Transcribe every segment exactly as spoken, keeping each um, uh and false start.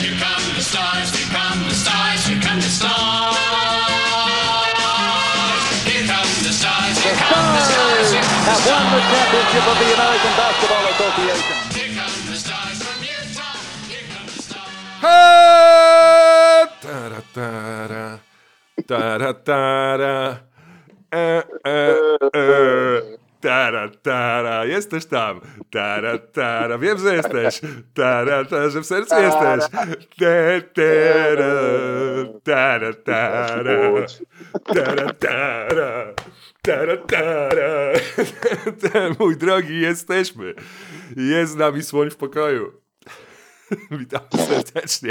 here come the stars, here come the stars, here come the stars. Here come the stars, here come the stars, here come the stars. Have won the championship of the American Basketball Association. Here come the stars from Utah, here come the stars. Ha! Ta-ra-ta-ra. Ta-ra-ta-ra. E, e, e. Tara-tara, jesteś tam. Tara-tara, wiem, że jesteś. Tara-tara, że w sercu jesteś. Tara-tara, tara-tara, tara-tara. Mój drogi, jesteśmy. Jest z nami słoń w pokoju. Witam serdecznie.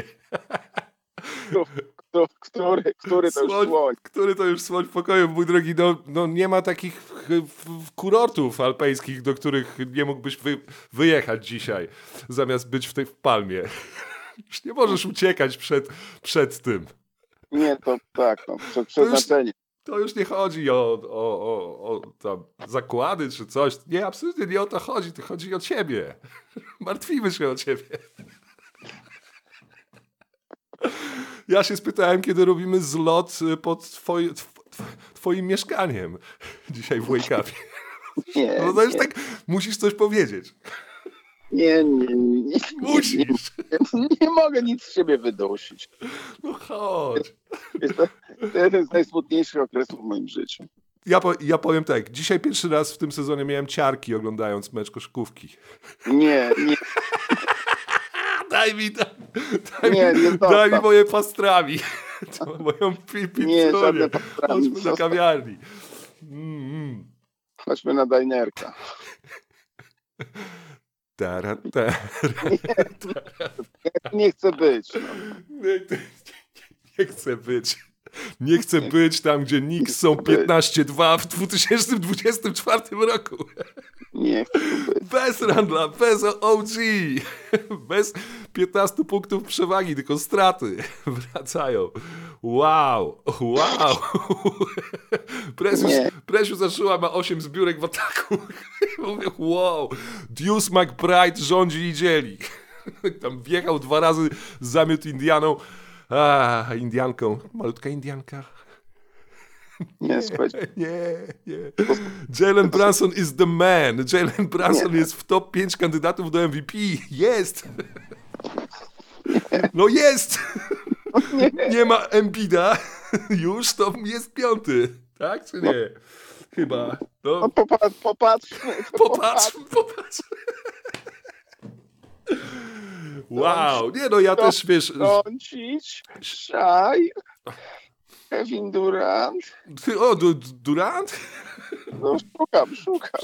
Który, który to słoń, już słoń? Który to już słoń w pokoju, mój drogi, no, no nie ma takich kurortów alpejskich, do których nie mógłbyś wy, wyjechać dzisiaj, zamiast być w tej w Palmie. Już nie możesz uciekać przed, przed tym. Nie, to tak, no, przed przeznaczeniem. To już nie chodzi o, o, o, o tam zakłady czy coś. Nie, absolutnie nie o to chodzi, to chodzi o ciebie. Martwimy się o ciebie. Ja się spytałem, kiedy robimy zlot pod twoje, twoim mieszkaniem dzisiaj w Wake Upie. Nie, no to już nie. tak, musisz coś powiedzieć. Nie, nie, nie. nie musisz. Nie, nie, nie mogę nic z siebie wydusić. No chodź. Jest to, to jeden z najsmutniejszych okresów w moim życiu. Ja, po, ja powiem tak, dzisiaj pierwszy raz w tym sezonie miałem ciarki oglądając mecz koszykówki. Nie, nie. Daj mi, daj, daj, nie, mi, nie daj mi moje pastrami. To moją pizzę. Nie, żadne pastrami. Chodźmy do kawiarni. Mm, mm. Chodźmy na dinerka. Tara, tara. Nie, nie chcę być. No. Nie, nie chcę być. Nie chcę być tam, gdzie Knicks są piętnaście dwa w dwa tysiące dwudziestym czwartym roku. Nie chcę być. Bez Randla, bez O G, bez piętnastu punktów przewagi, tylko straty wracają. Wow, wow. Precious, Precious Achiuwa ma osiem zbiórek w ataku. Mówię, wow. Deuce McBride rządzi i dzieli. Tam wjechał dwa razy, zamiótł Indianą. A, Indianką. Malutka Indianka. Nie, nie, nie. Jalen Brunson is the man. Jalen Brunson nie. jest w top pięć kandydatów do M V P. Jest. Nie. No jest. Nie, nie ma Embida. Już to jest piąty. Tak czy nie? Chyba. No. No, popatrz, popatrzmy. Popatrzmy, popatrzmy. Wow. Nie no, ja też, wiesz... Doncic, Shai, Kevin Durant. Ty, o, du, Durant? No szukam, szukam.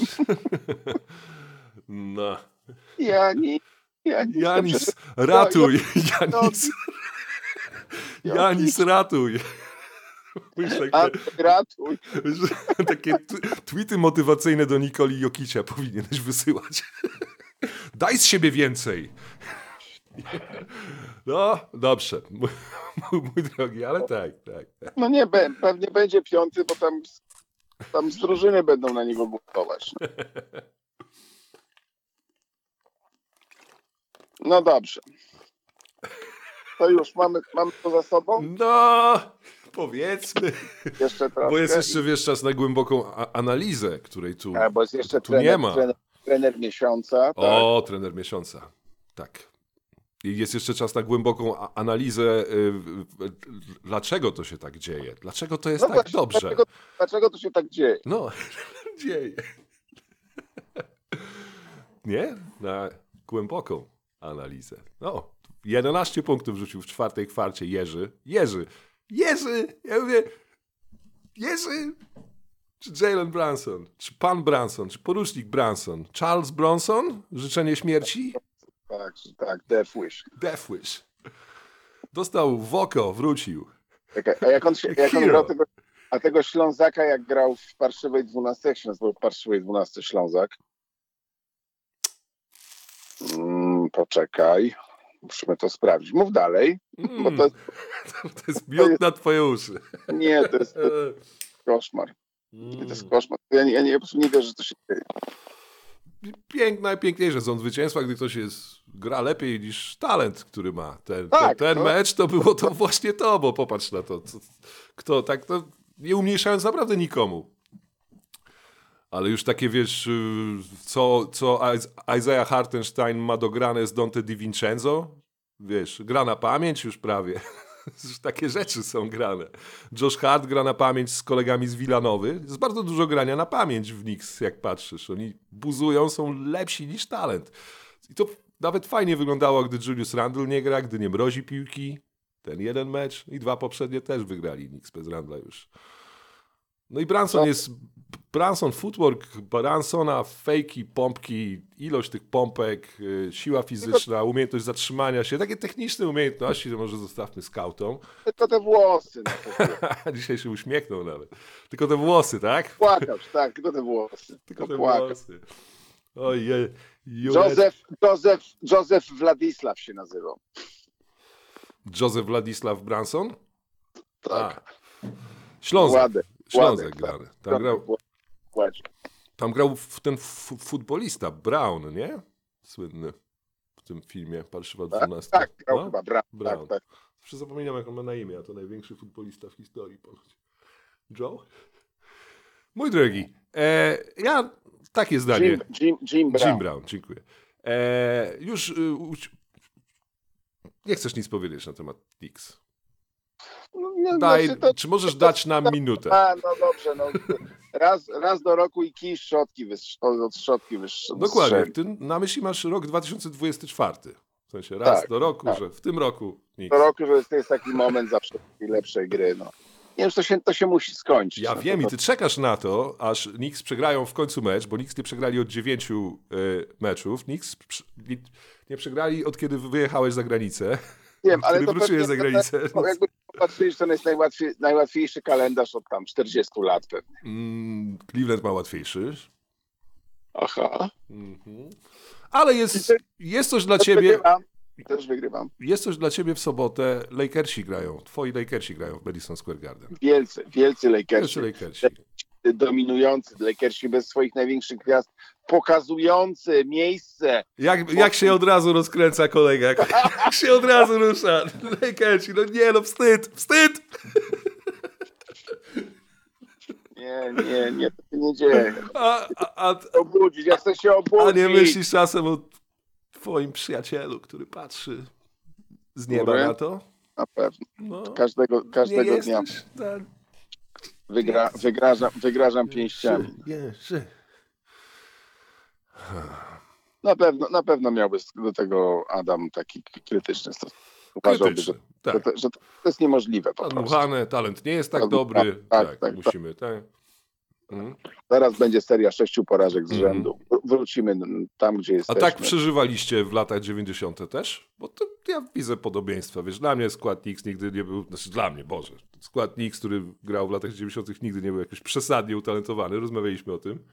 No. Janis. Janis, Janis, ratuj. Janis. Janis, ratuj. A, ratuj. Takie tweety motywacyjne do Nikoli Jokicia powinieneś wysyłać. Daj z siebie więcej. No, dobrze. Mój, mój drogi, ale tak, tak, tak. No nie, pewnie będzie piąty, bo tam, tam z drużyny będą na niego głosować. No dobrze. To już mamy, mamy to za sobą? No, powiedzmy. Jeszcze troszkę. Bo jest jeszcze, wiesz, czas na głęboką a- analizę, której tu, A, bo jest jeszcze tu trener, nie ma. Trener, trener miesiąca. Tak. O, trener miesiąca. Tak. I jest jeszcze czas na głęboką a- analizę, yy, yy, dlaczego to się tak dzieje. Dlaczego to jest No tak właśnie, dobrze. Dlaczego, dlaczego to się tak dzieje? No, dzieje. Nie? Na głęboką analizę. No, jedenaście punktów rzucił w czwartej kwarcie Jerzy. Jerzy! Jerzy! Ja mówię, Jerzy! Czy Jalen Brunson? Czy pan Brunson? Czy porucznik Brunson? Charles Bronson? Życzenie śmierci? Tak, tak, Death Wish. Death Wish. Dostał w oko, wrócił. A jak on, się, jak on grał tego, a tego Ślązaka, jak grał w Parszywej dwunastce, jak się nazywał Parszywej dwunastce Ślązak? Mm, poczekaj. Musimy to sprawdzić. Mów dalej. Mm, bo to, jest, to jest miód na twoje uszy. Nie, to jest, to jest koszmar. Mm. To jest koszmar. Ja, nie, ja nie, po prostu nie wierzę, że to się dzieje. Piękne, najpiękniejsze są zwycięstwa, gdy ktoś jest gra lepiej niż talent, który ma. Ten, Tak, ten, ten no. mecz to było to właśnie to, bo popatrz na to. Co, kto tak, to nie umniejszając naprawdę nikomu. Ale już takie, wiesz, co, co Isaiah Hartenstein ma dograne z Dante DiVincenzo, wiesz, gra na pamięć już prawie. Już takie rzeczy są grane. Josh Hart gra na pamięć z kolegami z Villanowy. Jest bardzo dużo grania na pamięć w Knicks, jak patrzysz. Oni buzują, są lepsi niż talent. I to nawet fajnie wyglądało, gdy Julius Randle nie gra, gdy nie mrozi piłki. Ten jeden mecz i dwa poprzednie też wygrali Knicks bez Randla już. No i Brunson jest... Brunson, footwork Brunsona, fejki, pompki, ilość tych pompek, siła fizyczna, umiejętność zatrzymania się, takie techniczne umiejętności, to może zostawmy skautom. Tylko te włosy. No Dzisiaj się uśmiechnął nawet. Tylko te włosy, tak? Płakał, tak, tylko te włosy. Tylko te płakał. włosy. Ojej. Józef, Józef, Józef Władysław się nazywał. Józef Władysław Brunson? Tak. A. Ślązek. Władek. Ślązek Władek, grany. tak. Tam grał, Władek. tam grał w ten f- futbolista, Brown, nie? Słynny w tym filmie, Parszywa dwunastka. Tak, grał No? chyba Brown. Brown. Tak, tak. Zawsze zapominam, jak on ma na imię, a to największy futbolista w historii ponoć. Joe? Mój drogi, e, ja takie zdanie. Jim, Jim, Jim Brown. Jim Brown, dziękuję. E, już y, u, nie chcesz nic powiedzieć na temat Knicks. No, nie, Daj, znaczy to, czy możesz dać nam minutę? A, no dobrze, no. Raz, raz do roku i kij szczotki wysz, od szczotki wyższe. Dokładnie. Ty na myśli masz rok dwa tysiące dwudziesty czwarty. W sensie raz Tak, do roku, tak. że w tym roku Knicks. Do roku, że to jest taki moment zawsze lepszej gry. No. Nie wiem, to się, to się musi skończyć. Ja no, wiem to, i ty czekasz na to, aż Knicks przegrają w końcu mecz, bo Knicks nie przegrali od dziewięciu y, meczów. Knicks przy, nie przegrali od kiedy wyjechałeś za granicę. Wiem, ale kiedy to wróciłeś za granicę. To, jakby popatrzysz, to jest najłatwiej, najłatwiejszy kalendarz od tam czterdziestu lat pewnie. Mm, Cleveland ma łatwiejszy. Aha. Mhm. Ale jest, jest coś dla Też ciebie. wygrywam. Też wygrywam. Jest coś dla ciebie w sobotę. Lakersi grają. Twoi Lakersi grają w Madison Square Garden. Wielcy, wielcy Lakersi. Wielcy Lakersi. Dominujący Lakersi bez swoich największych gwiazd, pokazujący miejsce. Jak, jak się od razu rozkręca kolega, jak, jak się od razu rusza. Lakersi, no nie, no wstyd, wstyd! Nie, nie, nie, to się nie dzieje. A, a, a, Obudzić, ja chcę się obudzić. a nie myślisz czasem o twoim przyjacielu, który patrzy z nieba Który? na to? Na pewno. No, Każdego, nie każdego dnia jesteś tak wygra, wygrażam, wygrażam pięściami. wierzy. Na pewno, na pewno miałby do tego Adam taki krytyczny stosunek. Uważałby, że, Krytyczny, tak. że, to, że to jest niemożliwe po prostu. Odmuchane, talent nie jest tak Tak, dobry. tak, Tak, tak, musimy, tak. Mhm. Zaraz będzie seria sześciu porażek z Mhm. rzędu. Wr- Wrócimy tam, gdzie A jesteśmy. tak przeżywaliście w latach dziewięćdziesiątych też? Bo to ja widzę podobieństwa. Wiesz, dla mnie skład Knicks nigdy nie był, znaczy dla mnie, Boże, skład Knicks, który grał w latach dziewięćdziesiątych nigdy nie był jakoś przesadnie utalentowany. Rozmawialiśmy o tym.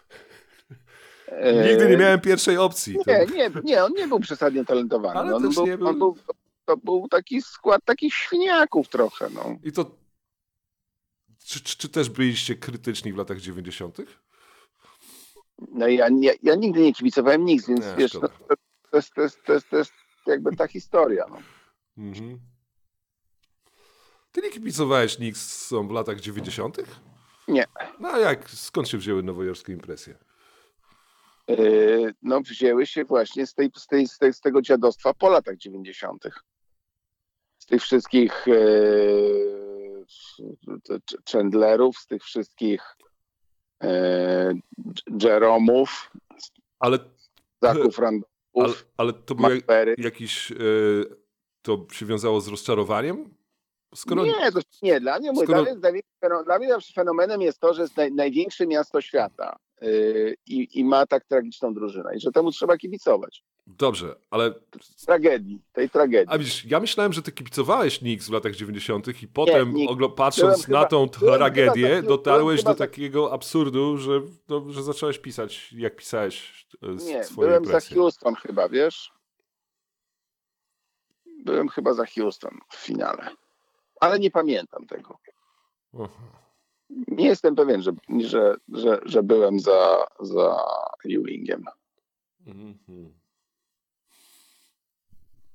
Eee, Nigdy nie miałem pierwszej opcji. To- Nie, nie, nie, on nie był przesadnie talentowany. Ale No, on też był, nie był- on był, to był taki skład takich świniaków trochę. No. I to... Czy, czy, czy też byliście krytyczni w latach dziewięćdziesiątych? No i ja, nie, ja nigdy nie kibicowałem nic, więc Nie, wiesz, no, szkoda. to, to, jest, to, jest, to, jest, to jest jakby ta historia. No. Mhm. Ty nie kibicowałeś Knicksom w latach dziewięćdziesiątych? Nie. No a jak? Skąd się wzięły nowojorskie impresje? Yy, no wzięły się właśnie z, tej, z, tej, z, tej, z tego dziadostwa po latach dziewięćdziesiątych. Z tych wszystkich yy, Chandlerów, z tych wszystkich yy, Jeromów, Ale, Zaków ale, Randolphów, ale to był jak, McBery. jakiś... E, to się wiązało z rozczarowaniem? Skoro... Nie, to nie, dla mnie, mówię, skoro- dla, mnie, dla, mnie, dla mnie zawsze fenomenem jest to, że jest naj, największe miasto świata yy, i, i ma tak tragiczną drużynę i że temu trzeba kibicować. Dobrze, ale... Tragedii, tej tragedii. A widzisz, ja myślałem, że ty kibicowałeś Knicks w latach dziewięćdziesiątych i potem nie. oglo- patrząc Byłem na chyba- tą byłem tragedię, chyba za- dotarłeś byłem do chyba za- takiego absurdu, że, no, że zacząłeś pisać, jak pisałeś e, Nie, swoje byłem za impresje. Houston chyba, wiesz? Byłem chyba za Houston w finale. Ale nie pamiętam tego. Aha. Nie jestem pewien, że, że, że, że byłem za, za Ewingiem. Mhm.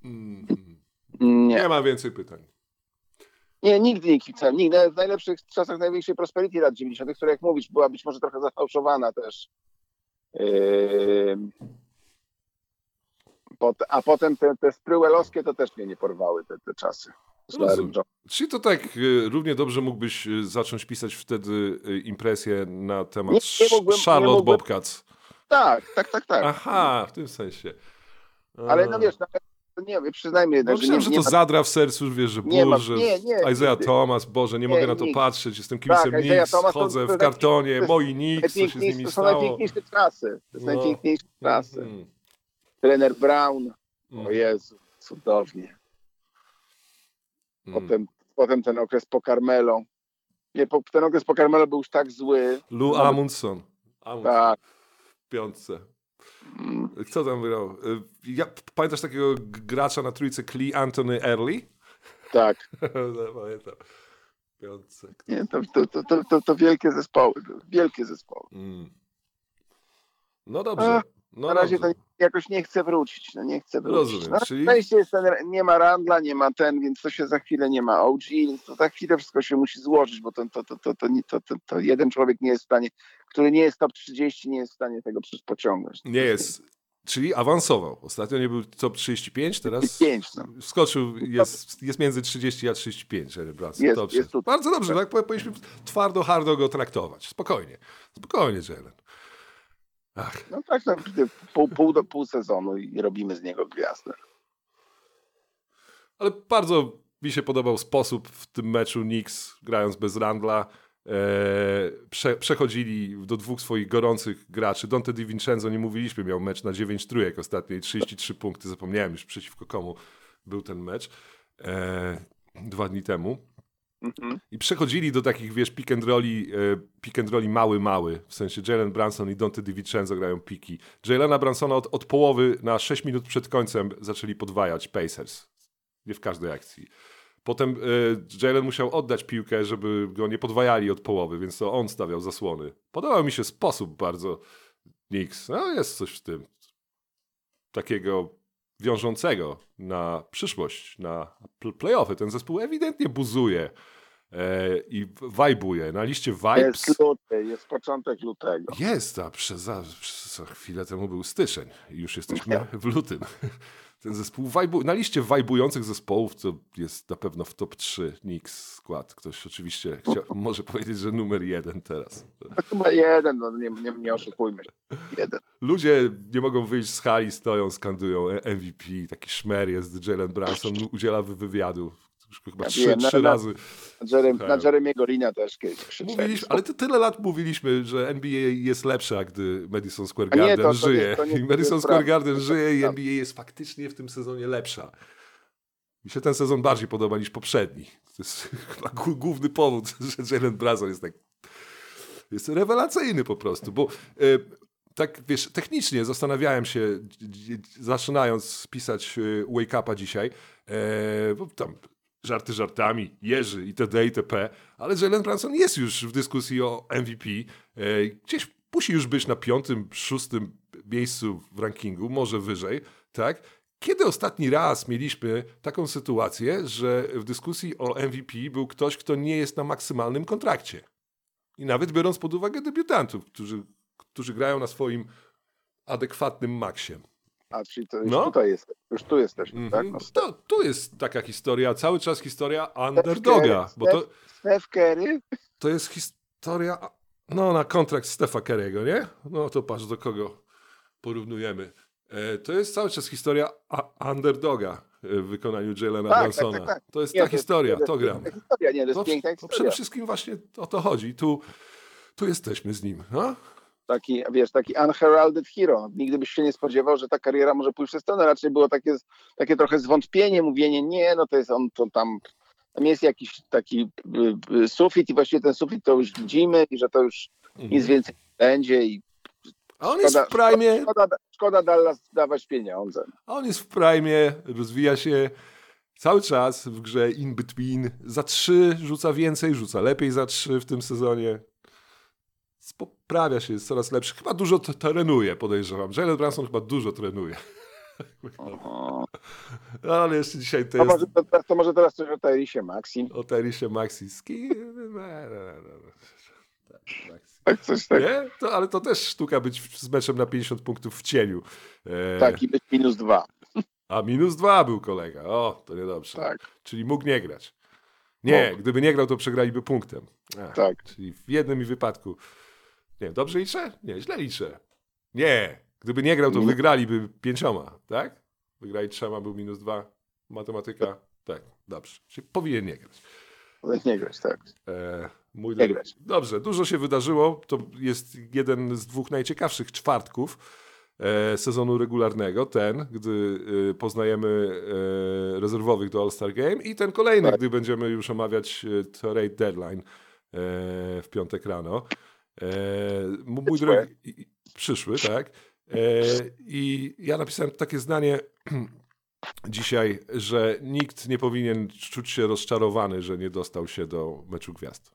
Mm. Nie. Nie ma więcej pytań. Nie, nigdy nie kibicowałem. Nigdy. W najlepszych czasach największej prosperity lat dziewięćdziesiątych, która jak mówisz, była być może trochę zafałszowana też. Yy... Pot, a potem te, te sprywelowskie to też mnie nie porwały te, te czasy. Czyli to tak y, równie dobrze mógłbyś y, zacząć pisać wtedy y, impresję na temat nie, nie mógłbym, Charlotte nie mógłbym... Bobcats. Tak, tak, tak, tak. Aha, w tym sensie. A. Ale no wiesz, nawet, nie wiem, przyznajmy jednak, no, że myślałem, nie, że nie to ma... zadra w sercu, wiesz, że nie ból, że nie, nie, Isaiah nigdy. Thomas, Boże, nie, nie mogę na to nigdy. patrzeć, jestem kibicem tak, Knicks, Thomas, chodzę to, w kartonie, to, moi Knicks, co się z nimi to są stało. najpiękniejsze czasy. To jest no. najpiękniejsze czasy. Mm. Trener Brown, Mm. o Jezu, cudownie. Mm. Potem, potem ten okres po Carmelo. Nie, po, ten okres po Carmelo był już tak zły. Lou Amundson. Amundson. Tak. W piątce. Mm. Kto tam grał? Ja, pamiętasz takiego gracza na trójce Klee Anthony Early? Tak. No, pamiętam. W piątce. Nie, to, to, to, to, to, to wielkie zespoły. Wielkie zespoły. Mm. No dobrze. Ach, no na razie dobrze. to jakoś nie chce wrócić. No nie chce wrócić. Rozumiem, No, czyli- szczęście jest ten, nie ma Randla, nie ma ten, więc to się za chwilę nie ma O G, więc to za chwilę wszystko się musi złożyć, bo to, to, to, to, to, nie- to, to, to jeden człowiek nie jest w stanie, który nie jest top trzydzieści, nie jest w stanie tego przecież pociągnąć. Nie jest. Czyli awansował. Ostatnio nie był top trzydzieści pięć, teraz pięć, no. wskoczył, jest, jest między trzydzieści a trzydzieści pięć. Brunson. Jest- dobrze. jest tutaj. Bardzo dobrze, tak powinniśmy twardo, hardo go traktować. Spokojnie. Spokojnie, Jalen. Ach. No tak, no, pół, pół do pół sezonu i robimy z niego gwiazdę. Ale bardzo mi się podobał sposób w tym meczu Knicks, grając bez Randla. E, prze, przechodzili do dwóch swoich gorących graczy. Dante DiVincenzo, nie mówiliśmy, miał mecz na dziewięć trójek ostatnio i trzydzieści trzy punkty. Zapomniałem już przeciwko komu był ten mecz e, dwa dni temu. Mhm. I przechodzili do takich, wiesz, pick and rolli, e, pick and rolli mały, mały. W sensie Jalen Brunson i Dante DiVincenzo grają piki. Jalena Brunsona od, od połowy na sześć minut przed końcem zaczęli podwajać Pacers. Nie w każdej akcji. Potem e, Jalen musiał oddać piłkę, żeby go nie podwajali od połowy, więc to on stawiał zasłony. Podobał mi się sposób bardzo Knicks. No jest coś w tym. Takiego wiążącego na przyszłość, na playoffy. Ten zespół ewidentnie buzuje e, i wajbuje. Na liście Vibes Jest luty, jest początek lutego. jest, a przez, za, przez za chwilę temu był styczeń i już jesteśmy w lutym. Ten zespół wajbu, na liście wajbujących zespołów to jest na pewno w top trzy Knicks skład. Ktoś oczywiście chcia, może powiedzieć, że numer jeden teraz. To chyba jeden, no nie, nie, nie oszukujmy się. Jeden. Ludzie nie mogą wyjść z hali, stoją, skandują M V P, taki szmer jest, Jalen Brunson udziela wywiadu. Już chyba Ja trzy, wiem, trzy na- razy. Na, Jerem, na Jeremiego Lina też kiedyś krzyczeli. Mówiliśmy, ale to tyle lat mówiliśmy, że N B A jest lepsza, gdy Madison Square A nie, Garden to- to żyje. nie- to nie- I to Madison jest Square prawda. Garden żyje i prawda. N B A jest faktycznie w tym sezonie lepsza. Mi się ten sezon bardziej podoba niż poprzedni. To jest chyba g- główny powód, że Jalen Brunson jest tak jest rewelacyjny po prostu, bo e, tak wiesz, technicznie zastanawiałem się, dz- dz- zaczynając pisać e, Wake Upa dzisiaj, e, bo tam żarty żartami, Jerzy itd. itp., ale Jalen Brunson jest już w dyskusji o M V P. E, gdzieś musi już być na piątym, szóstym miejscu w rankingu, może wyżej, tak? Kiedy ostatni raz mieliśmy taką sytuację, że w dyskusji o M V P był ktoś, kto nie jest na maksymalnym kontrakcie? I nawet biorąc pod uwagę debiutantów, którzy, którzy grają na swoim adekwatnym maksie. A, czyli to już No. tutaj jest, już tu jesteśmy, tak? Mhm. No, To, tu jest taka historia, cały czas historia underdoga, bo to, Steph Curry, to jest historia no, na kontrakt Stefa Curry'ego, nie? No to patrz, do kogo porównujemy. E, to jest cały czas historia a- underdoga w wykonaniu Jalena Tak, Brunsona. tak, tak, tak. To jest Nie, ta to jest- historia, to to jest gram. piękna historia, nie, to jest To, piękna to przede historia. wszystkim właśnie o to chodzi. Tu, tu jesteśmy z nim. No? Taki, wiesz, taki unheralded hero. Nigdy byś się nie spodziewał, że ta kariera może pójść w tę stronę. Raczej było takie, takie trochę zwątpienie, mówienie, nie, no to jest on, to tam, tam jest jakiś taki y, y, sufit i właściwie ten sufit to już widzimy i że to już nic więcej nie będzie i A on jest w szkoda, prime, szkoda, szkoda Dallas dawać pieniądze. a on jest w prime, rozwija się cały czas w grze in between. Za trzy rzuca więcej, rzuca lepiej za trzy w tym sezonie. Poprawia się, jest coraz lepszy. Chyba dużo t- trenuje, podejrzewam. Jalen Brunson chyba dużo trenuje. No, ale jeszcze dzisiaj to To jest... może, to, to może teraz coś o Tyrisie Maxi. O Tyrisie Maxi. Tak, coś tak. Nie? To, ale to też sztuka być z meczem na pięćdziesiąt punktów w cieniu. E... Tak, i być minus dwa. A minus dwa był kolega. O, to niedobrze. Tak. Czyli mógł nie grać. Nie, Mógł. gdyby nie grał, to przegraliby punktem. Ach, Tak. Czyli w jednym i wypadku. Nie, dobrze liczę? Nie, źle liczę. Nie, gdyby nie grał, to Nie. wygraliby pięcioma, tak? Wygrali trzema, był minus dwa. Matematyka? Tak, dobrze. Czyli powinien nie grać. Nie grać, tak. E, mój Nie drogi- grać. Dobrze, dużo się wydarzyło. To jest jeden z dwóch najciekawszych czwartków e, sezonu regularnego. Ten, gdy e, poznajemy e, rezerwowych do All-Star Game i ten kolejny, Tak. gdy będziemy już omawiać e, trade deadline e, w piątek rano. E, m- mój Przyszły. drogi, i- i- przyszły, tak. E, I ja napisałem takie zdanie dzisiaj, że nikt nie powinien czuć się rozczarowany, że nie dostał się do meczu gwiazd.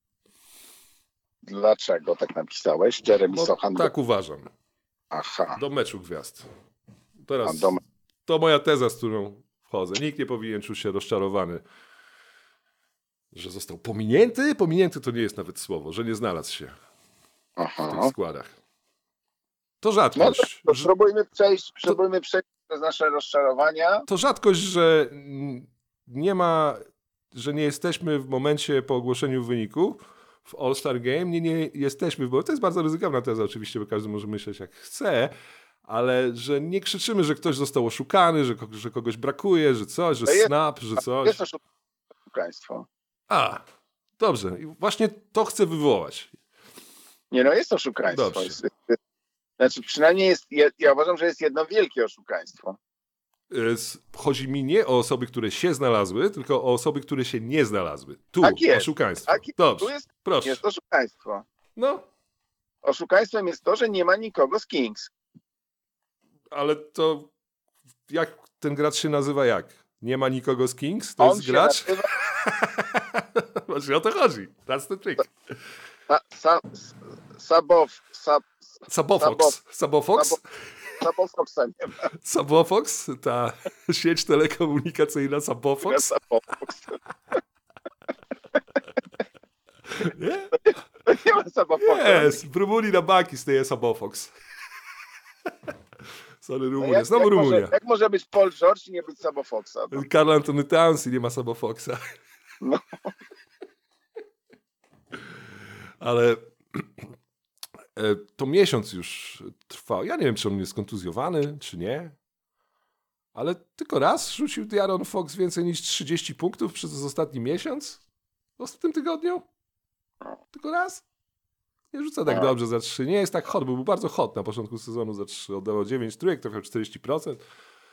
Dlaczego tak napisałeś? Jeremy No, Sohan. tak uważam. Aha. Do meczu gwiazd. Teraz A do- to moja teza, z którą wchodzę. Nikt nie powinien czuć się rozczarowany, że został pominięty. Pominięty to nie jest nawet słowo, że nie znalazł się w Aha. tych składach. To No to, rzadkość. to że- spróbujmy przejść, spróbujmy przejść przez nasze rozczarowania. To rzadkość, że mm, nie ma, że nie jesteśmy w momencie po ogłoszeniu wyniku w All-Star Game. Nie, nie jesteśmy, bo to jest bardzo ryzykowna teza oczywiście, bo każdy może myśleć jak chce, ale że nie krzyczymy, że ktoś został oszukany, że, ko- że kogoś brakuje, że coś, że To jest- snap, że coś. Jest to oszukaństwo. A, dobrze. I właśnie to chcę wywołać. Nie no, jest to oszukaństwo. Dobrze. Jest, znaczy przynajmniej jest, ja, ja uważam, że jest jedno wielkie oszukaństwo. Y, s- Chodzi mi nie o osoby, które się znalazły, tylko o osoby, które się nie znalazły. Tu Tak jest. oszukaństwo. Tak jest. Dobrze, Tu jest, proszę. jest oszukaństwo. No, Oszukaństwem jest to, że nie ma nikogo z Kings. ale to jak ten gracz się nazywa jak? Nie ma nikogo z Kings? To On jest się gracz? nazywa Właśnie o to chodzi. That's the trick. Sa, sa, Sabow, Sab, Sabofox. Sabofox? Sabo- Sabofoxa nie ma. Sabofox? Ta sieć telekomunikacyjna Sabofox? Sabofox. Nie? Nie ma Sabofoxa. Jest. W Rumunii na banki istnieje Sabofox. Sorry, No Rumunia. jak, Znowu jak, Rumunia. może, jak może być Paul George i nie być Sabofoxa? No. Karl Antony Towns i nie ma Sabofoxa. No. Ale e, to miesiąc już trwał. Ja nie wiem, czy on jest kontuzjowany, czy nie. Ale tylko raz rzucił De'Aaron Fox więcej niż trzydzieści punktów przez ostatni miesiąc? W tym tygodniu? Tylko raz? Nie rzuca tak No. dobrze za trzy. Nie jest tak hot, bo był bardzo hot na początku sezonu za trzy. Oddawał dziewięć trójek, trafiał czterdzieści procent.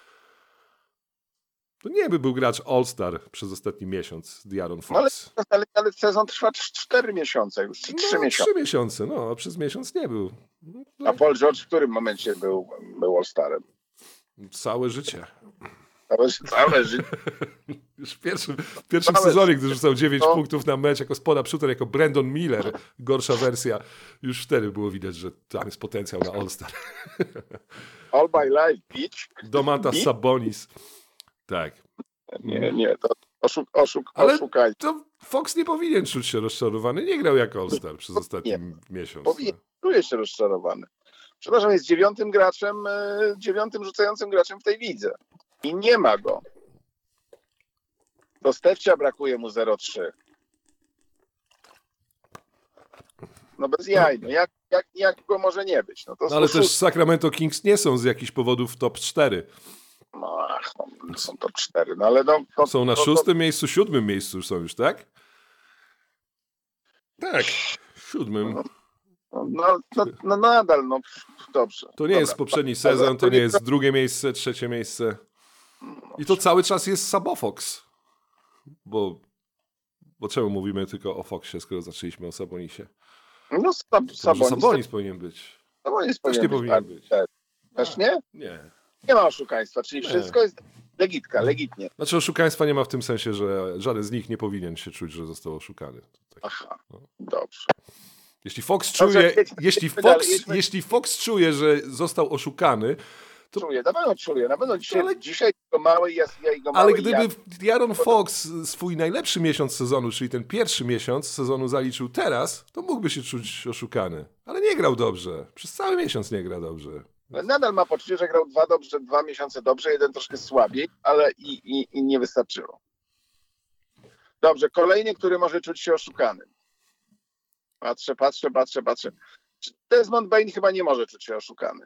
To nie by był gracz All-Star przez ostatni miesiąc, De'Aaron No ale, Fox. ale, ale sezon trwa cztery miesiące już, czy trzy No, miesiące. trzy miesiące, no, a przez miesiąc nie był. No, A Paul George w którym momencie był, był All-Starem? całe życie. Całe, całe życie. Już w pierwszym, w pierwszym Całe sezonie, życie. gdy rzucał dziewięć No. punktów na mecz jako spot-up shooter, jako Brandon Miller, gorsza wersja, już wtedy było widać, że tam jest potencjał na All-Star. All by life, bitch. Domantas I? Sabonis. Tak. Nie, nie, to oszuk, oszuk, Ale oszukaj. to Fox nie powinien czuć się rozczarowany. Nie grał jako All-Star przez ostatni miesiąc. Powinien, czuje się rozczarowany. Przepraszam, jest dziewiątym graczem, e, dziewiątym rzucającym graczem w tej lidze. I nie ma go. Do Stefcia brakuje mu zero trzy. No bez jaj. No jak, jak, jak go może nie być? No to No, ale są też szóst- Sacramento Kings nie są z jakichś powodów top cztery. No, ach, no, są to cztery. No ale no, to, Są na to, to, szóstym miejscu, siódmym miejscu są już, tak? Tak, siódmym. no, no, no, no nadal, no dobrze. To nie Dobra. jest poprzedni Ale sezon, to nie nie- jest drugie miejsce, trzecie miejsce. I to cały czas jest Sabofox. Bo, bo czemu mówimy tylko o Foxie, skoro zaczęliśmy o Sabonisie? No Sab- To może Sabonis, Sabonis powinien być. Sabonis Też nie powinien być. Też, też nie? Nie. Nie ma oszukaństwa, czyli Nie. wszystko jest legitka, legitnie. Znaczy oszukaństwa nie ma w tym sensie, że żaden z nich nie powinien się czuć, że został oszukany. Tak. Aha, No. dobrze. Jeśli Fox Dobrze, czuje, jedźmy- jeśli jedźmy dalej, Fox, jedźmy- jeśli Fox czuje, że został oszukany, To... Czuję, na pewno czuję. Na pewno dzisiaj, ale... dzisiaj go mały, ja, ja go Ale mały, gdyby ja... Aaron Fox swój najlepszy miesiąc sezonu, czyli ten pierwszy miesiąc sezonu zaliczył teraz, to mógłby się czuć oszukany. Ale nie grał dobrze. Przez cały miesiąc nie gra dobrze. Nadal ma poczucie, że grał dwa dobrze, dwa miesiące dobrze, jeden troszkę słabiej, ale i, i, i nie wystarczyło. Dobrze, kolejny, który może czuć się oszukany. Patrzę, patrzę, patrzę, patrzę. Desmond Bane chyba nie może czuć się oszukany.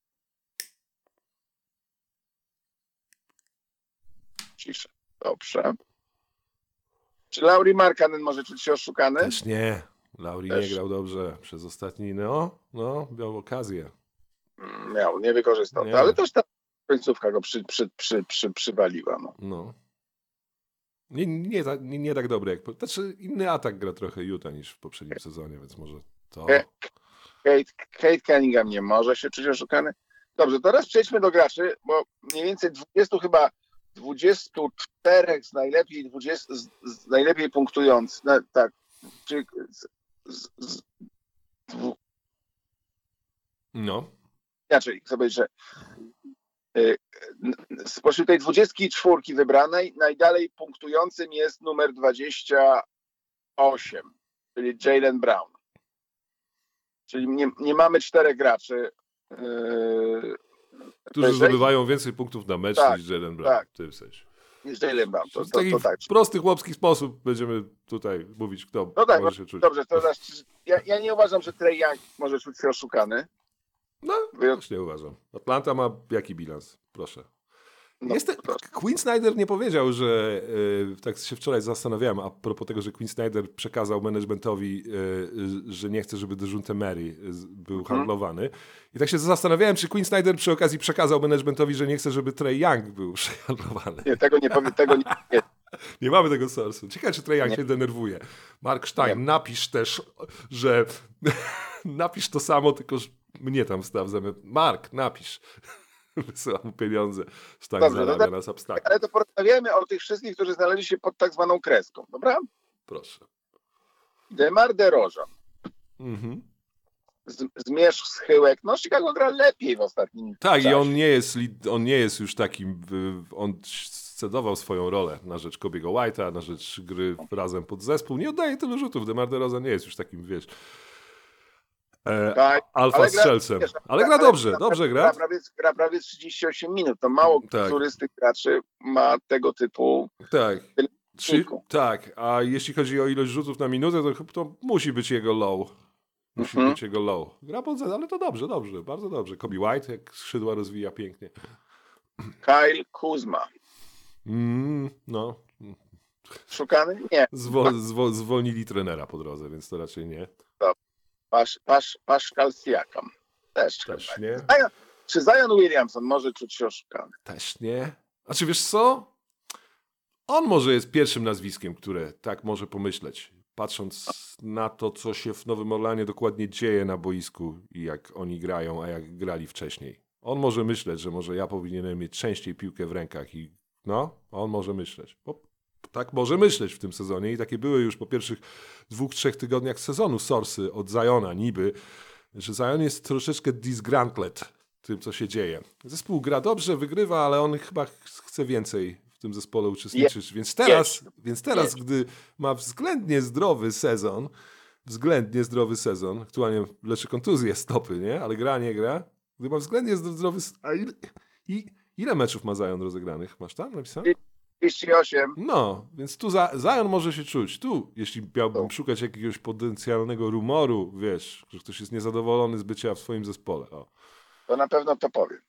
Ciszę. Dobrze. Czy Lauri Markkanen może czuć się oszukany? Też nie. Lauri Też. nie grał dobrze przez ostatni, no, no, miał okazję. Miał, nie wykorzystał. Nie. To, ale też ta końcówka go przy, przy, przy, przy, przywaliła. No. No. Nie, nie, ta- nie, nie tak dobry jak... Znaczy inny atak gra trochę Utah niż w poprzednim sezonie, więc może to... Kate, Kate Cunningham nie może się czuć oszukany. Dobrze, teraz przejdźmy do graczy, bo mniej więcej dwudziestu chyba dwudziestu czterech z najlepiej dwudziestu z, z najlepiej punktujących, no, tak, czy z, z, z, dwu, No. inaczej chcę powiedzieć, że y, spośród tej dwudziestki czwórki wybranej najdalej punktującym jest numer dwadzieścia osiem, czyli Jaylen Brown. Czyli nie, nie mamy czterech graczy, yy, Którzy wyżej zdobywają więcej punktów na mecz Tak, niż Jaylen Brown. tak. W tym sensie. niż Jaylen Brown. To, W to, taki to tak. prosty, chłopski sposób będziemy tutaj mówić, kto No tak, może się czuć. dobrze, to znaczy, ja, ja nie uważam, że Trae Young może czuć się oszukany. No, Wy- też nie uważam. Atlanta ma jaki bilans? Proszę. No, Jest te, to- Quinn Snyder nie powiedział, że yy, tak się wczoraj zastanawiałem a propos tego, że Quinn Snyder przekazał managementowi, yy, że nie chce, żeby DeJounte Murray yy, był handlowany. I tak się zastanawiałem, czy Quinn Snyder przy okazji przekazał managementowi, że nie chce, żeby Trae Young był handlowany. Nie, tego nie powiem, tego nie, nie. Nie mamy tego source'u. Ciekawe, czy Trae Young Nie. się denerwuje. Mark Stein, Nie. napisz też, że napisz to samo, tylko że mnie tam wstaw zamiast. Mark, napisz. Wysyłam mu pieniądze. Stein Dobrze, zarabia no na Substack. Ale to porozmawiamy o tych wszystkich, którzy znaleźli się pod tak zwaną kreską, dobra? Proszę. DeMar DeRozan, Mhm. z, zmierzch schyłek, no Chicago gra lepiej w ostatnim Tak, czasie. i on nie jest, li- on nie jest już takim, y, on scedował swoją rolę na rzecz Kobiego White'a, na rzecz gry razem pod zespół. Nie oddaje tylu rzutów. DeMar DeRozan nie jest już takim, wiesz, e, Tak, alfa ale gra- strzelcem. wiesz, Ale gra dobrze, dobrze gra. Gra prawie, gra prawie trzydzieści osiem minut. To mało Tak. który z tych graczy ma tego typu Tak. Trzy, wyniku. tak, a jeśli chodzi o ilość rzutów na minutę, to, chyba to musi być jego low. Musi Mhm. być jego low. Gra pod zespół, ale to dobrze, dobrze, bardzo dobrze. Kobe White, jak skrzydła rozwija pięknie. Kyle Kuzma. Mm, no, Szukany? Nie. Zwo, zwo, zwolnili trenera po drodze, więc to raczej nie. Pasz, pasz, Pascal Siakam. Też, Też chyba. nie. Zion, czy Zion Williamson może czuć się oszukany? Też nie. A czy wiesz co? On może jest pierwszym nazwiskiem, które tak może pomyśleć. Patrząc na to, co się w Nowym Orleanie dokładnie dzieje na boisku i jak oni grają, a jak grali wcześniej. On może myśleć, że może ja powinienem mieć częściej piłkę w rękach i no, on może myśleć. Bo tak może myśleć w tym sezonie i takie były już po pierwszych dwóch, trzech tygodniach sezonu sorsy od Ziona niby, że Zion jest troszeczkę disgruntled tym, co się dzieje. Zespół gra dobrze, wygrywa, ale on chyba ch- chce więcej w tym zespole uczestniczyć. Więc teraz, więc teraz gdy ma względnie zdrowy sezon, względnie zdrowy sezon, aktualnie leczy kontuzję stopy, nie? Ale gra, nie gra. Gdy ma względnie zdro- zdrowy... s- A ile, i, ile meczów ma Zion rozegranych? Masz tam napisane? trzydzieści osiem. No, więc tu za, Zion może się czuć. Tu, jeśli miałbym Tu. szukać jakiegoś potencjalnego rumoru, wiesz, że ktoś jest niezadowolony z bycia w swoim zespole. O. To na pewno to powiem.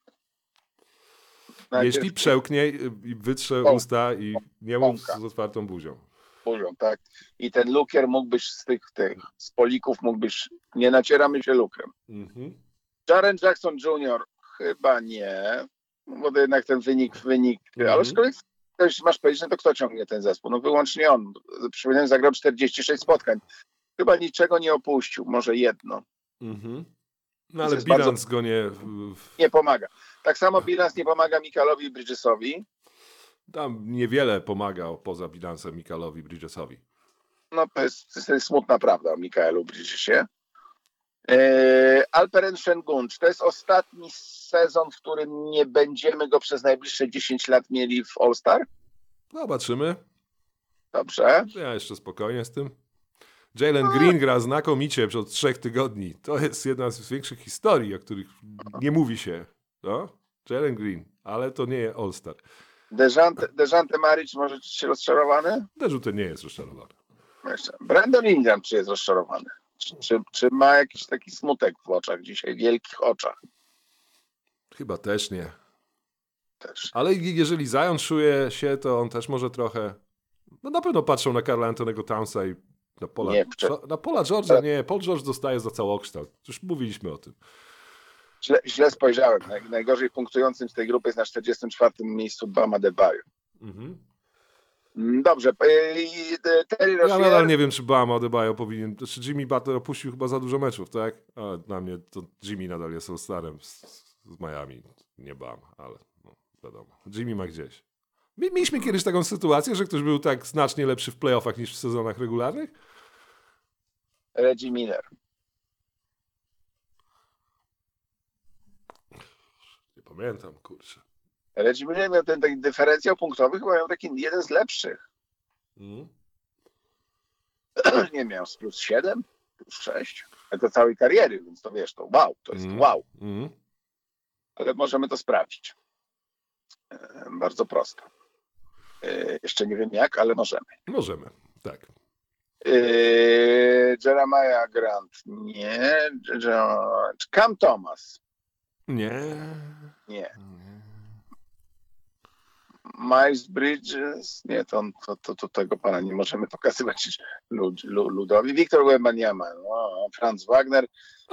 Najpierw Jeśli przełknie i wytrze Pąk. usta i nie mów Pąka. z otwartą buzią. buzią, tak? I ten lukier mógłbyś z tych, tych z polików mógłbyś, nie nacieramy się lukrem. Mhm. Jaren Jackson junior chyba nie, bo to jednak ten wynik, wynik, Mhm. ale aczkolwiek ktoś masz powiedzieć, no to kto ciągnie ten zespół? No wyłącznie on. Przypominam, zagrał czterdzieści sześć spotkań. Chyba niczego nie opuścił, może jedno. Mhm. No ale jest bilans bardzo- go nie... w- w- Nie pomaga. Tak samo bilans nie pomaga Michaelowi Bridgesowi. Tam niewiele pomagał poza bilansem Michaelowi Bridgesowi. No to jest, to jest smutna prawda o Michaelu Bridgesie. Yy, Alperen Şengün, czy to jest ostatni sezon, w którym nie będziemy go przez najbliższe dziesięć lat mieli w All-Star? Zobaczymy. Dobrze. Ja jeszcze spokojnie z tym. Jalen Green gra znakomicie od trzech tygodni. To jest jedna z większych historii, o których nie mówi się. No? Jalen Green, ale to nie jest All-Star. Dejante, Dejante Maric może być się rozczarowany? Dejounte nie jest rozczarowany. Jeszcze. Brandon Ingram czy jest rozczarowany? Czy, czy, czy ma jakiś taki smutek w oczach dzisiaj, wielkich oczach? Chyba też nie. Też. Ale jeżeli Zion czuje się, to on też może trochę... No na pewno patrzą na Karla Antonego Townsa i na Paula... Nie, na Paula George'a nie. Paul George dostaje za całokształt. Już mówiliśmy o tym. Źle, źle spojrzałem. Naj, najgorzej punktującym z tej grupy jest na czterdziestym czwartym miejscu Bam Adebayo. Mhm. Dobrze. Terry Rozier... Ja nadal nie wiem, czy Bam Adebayo powinien... Czy Jimmy Butler opuścił chyba za dużo meczów, tak? Ale dla mnie to Jimmy nadal jest All-Starem z, z Miami. Nie Bam, ale no, wiadomo. Jimmy ma gdzieś. Mieliśmy kiedyś taką sytuację, że ktoś był tak znacznie lepszy w playoffach niż w sezonach regularnych? Reggie Miller. Nie pamiętam, kurczę. Reggie Miller miał ten taki dyferencjał punktowy, chyba miał taki jeden z lepszych. Mm. Nie miał z plus siedem, plus sześć. Ale to całej kariery, więc to wiesz, to wow, to jest mm. wow. Mm. Ale możemy to sprawdzić. E, bardzo prosto. E, jeszcze nie wiem jak, ale możemy. Możemy, tak. E, Jeremiah Grant, nie. Cam Thomas. Nie. Nie. Miles Bridges, nie, to, to, to, to tego pana nie możemy pokazywać lud, lud, ludowi. Wiktor Wembanyama, no, Franz Wagner.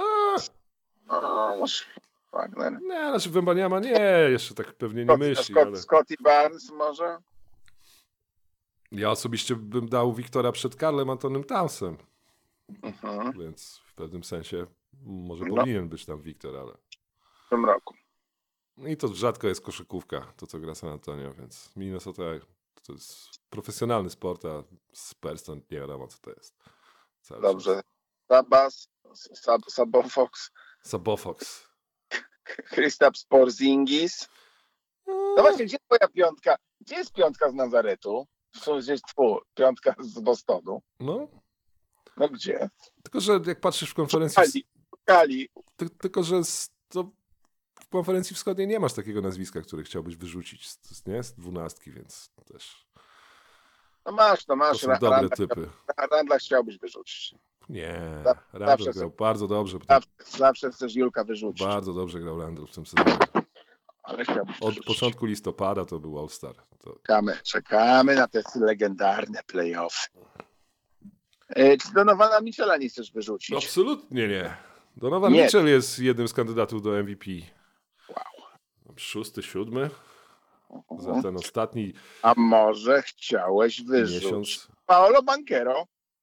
O, Wagner. Nie, znaczy Wembanyama nie, jeszcze tak pewnie nie myśli. Scott, ale... Scotty Barnes może? Ja osobiście bym dał Wiktora przed Karlem Antonym Townsem. Mhm. Więc w pewnym sensie może no. powinien być tam Wiktor, ale... W tym roku. I to rzadko jest koszykówka, to co gra San Antonio, więc Minnesota to jest profesjonalny sport, a Spurs to nie wiadomo co to jest. Cały Dobrze. czas. Sabas, Sab, Sabofox. Sabofox. Kristaps Porzingis. No właśnie, gdzie twoja piątka? Gdzie jest piątka z Nazaretu? Gdzieś twu, piątka z Bostonu. No. No gdzie? Tylko, że jak patrzysz w konferencji... Kali. Kali. Ty, tylko, że to w konferencji wschodniej nie masz takiego nazwiska, które chciałbyś wyrzucić z, nie? z dwunastki, więc też... No masz, no masz. To są dobre Randla, typy. Randla chciałbyś wyrzucić. Nie, Zawsze Randle grał bardzo dobrze. Zawsze, zawsze chcesz Julka wyrzucić. Bardzo dobrze grał Randle w tym sezonie. Ale chciałbyś Od wyrzucić. Początku listopada to był All-Star. To... Czekamy, czekamy na te legendarne play-offy. E, czy Donowana Mitchella nie chcesz wyrzucić? Absolutnie nie. Donovan nie. Mitchell jest jednym z kandydatów do M V P. Wow. Szósty, siódmy. Uh-huh. Za ten ostatni A może chciałeś wyrzucić miesiąc. Paolo Banchero?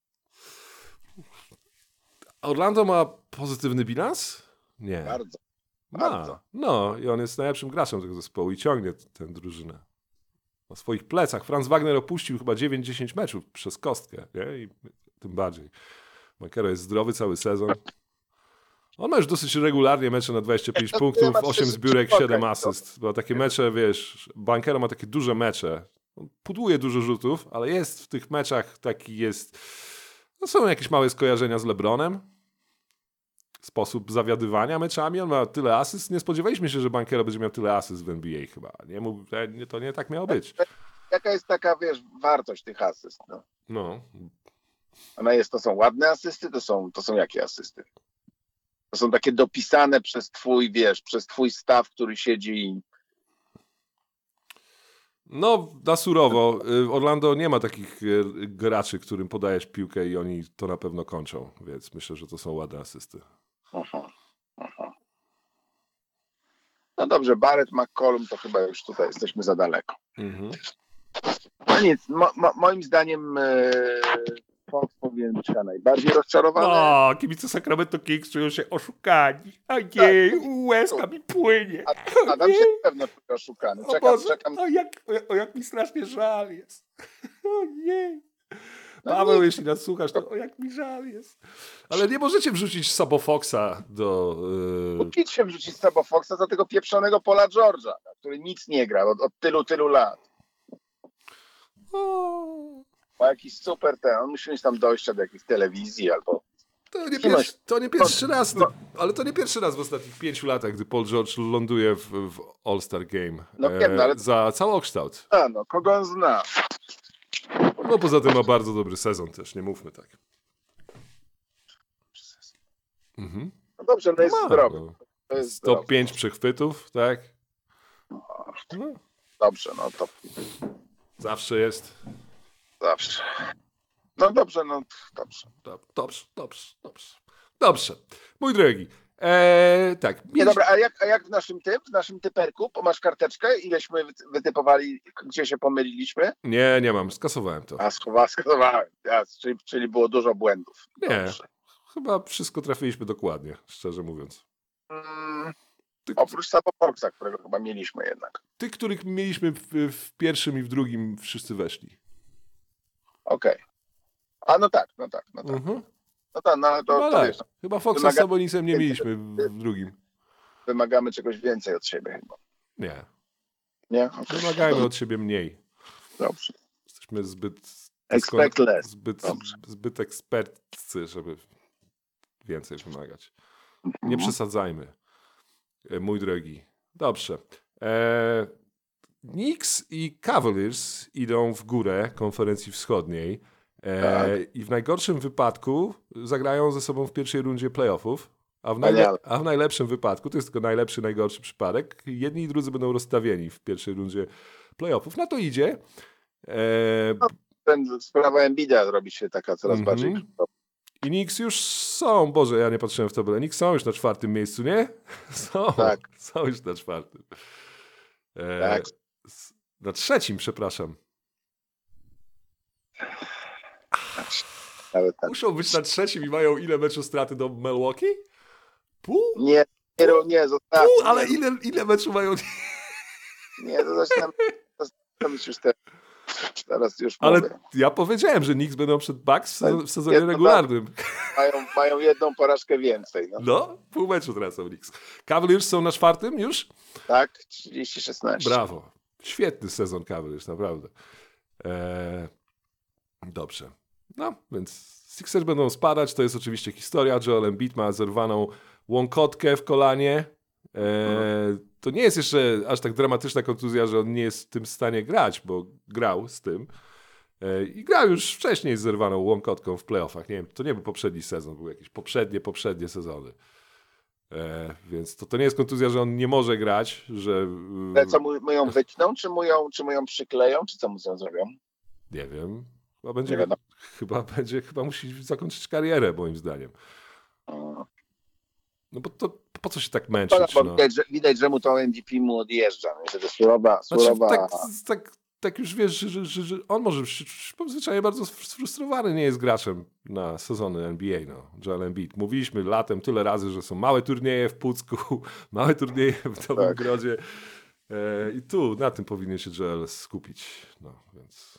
Orlando ma pozytywny bilans? Nie. Bardzo. Ma. Bardzo. No i on jest najlepszym graczem tego zespołu i ciągnie tę drużynę. Na swoich plecach. Franz Wagner opuścił chyba dziewięć dziesięć meczów przez kostkę. Nie? I tym bardziej. Banchero jest zdrowy cały sezon. On ma już dosyć regularnie mecze na dwadzieścia pięć ja, punktów, ja osiem zbiórek, siedem asyst. Bo takie mecze, wiesz, Banchero ma takie duże mecze. Pudłuje dużo rzutów, ale jest w tych meczach taki jest... No są jakieś małe skojarzenia z LeBronem. Sposób zawiadywania meczami. On ma tyle asyst. Nie spodziewaliśmy się, że Banchero będzie miał tyle asyst w N B A chyba. Nie mógł, to nie tak miało być. Jaka jest taka, wiesz, wartość tych asyst? No. no. Ona jest, to są ładne asysty? To są, to są jakie asysty? To są takie dopisane przez twój, wiesz, przez twój staw, który siedzi i... No, na surowo. Orlando nie ma takich graczy, którym podajesz piłkę i oni to na pewno kończą, więc myślę, że to są ładne asysty. Aha, aha. No dobrze, Barrett, McCollum, to chyba już tutaj jesteśmy za daleko. Mhm. No nic, mo, mo, moim zdaniem e, Fox powinien być chyba najbardziej rozczarowany. O, kibice Sacramento Kings czują się oszukani. Ojej, tak. Łezka mi płynie. A, Adam się pewno czuje oszukany. Czekam, o Boże, czekam. O, jak, o, jak mi strasznie żal jest. Ojej. Paweł, jeśli nas słuchasz, to o, jak mi żal jest. Ale nie możecie wrzucić Sabo Foxa do... Yy... Kupić się wrzucić Sabo Foxa za tego pieprzonego Paula George'a, który nic nie gra od, od tylu, tylu lat. O... Ma jakiś super ten, on musi mieć tam dojścia do jakiejś telewizji albo... To nie, pierwszy, to nie pierwszy raz, no, ale to nie pierwszy raz w ostatnich pięciu latach, gdy Paul George ląduje w, w All-Star Game. No wiem, no, ale... e, za całokształt. A no, kogo on zna? No poza tym ma bardzo dobry sezon też, nie mówmy tak. Mhm. No dobrze, no jest Ma, zdrowy. no. To jest top zdrowy. pięć przechwytów, tak? No, Dobrze, no to zawsze jest. zawsze. No dobrze, no dobrze. Dob- Dobrze, dobrze, dobrze. Dobrze. Mój drogi. E, tak. Nie, mieliśmy- dobra, a jak, a jak w naszym tym, w naszym typerku, bo masz karteczkę, ileśmy wy- wytypowali, gdzie się pomyliliśmy? Nie, nie mam, skasowałem to. A schowa, skasowałem, ja, czyli, czyli było dużo błędów. Nie. Dobrze. Chyba wszystko trafiliśmy dokładnie, szczerze mówiąc. Mm, Ty, oprócz Sabo Foxa, którego chyba mieliśmy jednak. ty których mieliśmy w, w pierwszym i w drugim, wszyscy weszli. Okej. A no tak, no tak, no tak. Mhm. No tak, no ale to, Chyba to tak. wiesz, Chyba Foxa Wymaga- z Sabonisem nie mieliśmy w, w drugim. wymagamy czegoś więcej od siebie chyba. Nie. Nie? Okay. Wymagajmy od siebie mniej. Dobrze. Jesteśmy zbyt... Expect less. Zbyt, Dobrze. zbyt ekspertcy, żeby więcej wymagać. Nie Mhm. przesadzajmy, e, mój drogi. Dobrze. E, Knicks i Cavaliers idą w górę konferencji wschodniej e, Tak. i w najgorszym wypadku zagrają ze sobą w pierwszej rundzie playoffów, a w, Wspaniale. najle- a w najlepszym wypadku, to jest tylko najlepszy, najgorszy przypadek, jedni i drudzy będą rozstawieni w pierwszej rundzie playoffów. Na to idzie. E, Ten, sprawa Embida robi się taka coraz Mhm. bardziej krzyżowa. I Knicks już są, Boże, ja nie patrzyłem w tabelę, Knicks są już na czwartym miejscu, nie? Są, Tak. są już na czwartym. E, Tak. s- Na trzecim, przepraszam. Nawet tak. Muszą być na trzecim i mają ile meczu straty do Milwaukee? Pół? Nie, nie, nie zostawmy. Pół, ale ile, ile meczu mają? Nie, to zaczynam zaczynam już te, teraz już Ale mówię. ja powiedziałem, że Knicks będą przed Bucks w sezonie, w sezonie Jedno regularnym. Mają, mają jedną porażkę więcej. No. No, pół meczu tracą Knicks. Cavaliers są na czwartym już? Tak, trzydzieści szesnaście. Brawo. Świetny sezon Cavaliers, naprawdę. Eee, dobrze. No, więc Sixers będą spadać. To jest oczywiście historia. Joel Embiid ma zerwaną łąkotkę w kolanie. Eee, to nie jest jeszcze aż tak dramatyczna kontuzja, że on nie jest w tym stanie grać, bo grał z tym. Eee, I grał już wcześniej z zerwaną łąkotką w playoffach. Nie wiem, to nie był poprzedni sezon, były jakieś poprzednie, poprzednie sezony. Eee, więc to, to nie jest kontuzja, że on nie może grać, że... Ale co, mu, mu ją wytną, czy mu ją, czy mu ją przykleją, czy co mu z nią zrobią? Nie wiem. Chyba będzie, Nie wiadomo. chyba będzie, chyba musi zakończyć karierę, moim zdaniem. O. No bo to po co się tak Szkoda, męczyć? bo No? widać, że, widać, że mu to M V P mu odjeżdża. No, wtedy surowa, Znaczy, surowa... tak, tak, tak już wiesz, że, że, że, że on może być zwyczajnie bardzo sfrustrowany nie jest graczem na sezony N B A. No. Joel Embiid. Mówiliśmy latem tyle razy, że są małe turnieje w Pucku, małe turnieje w Nowym Tak. Grodzie. E, I tu na tym powinien się Joel skupić. No, więc...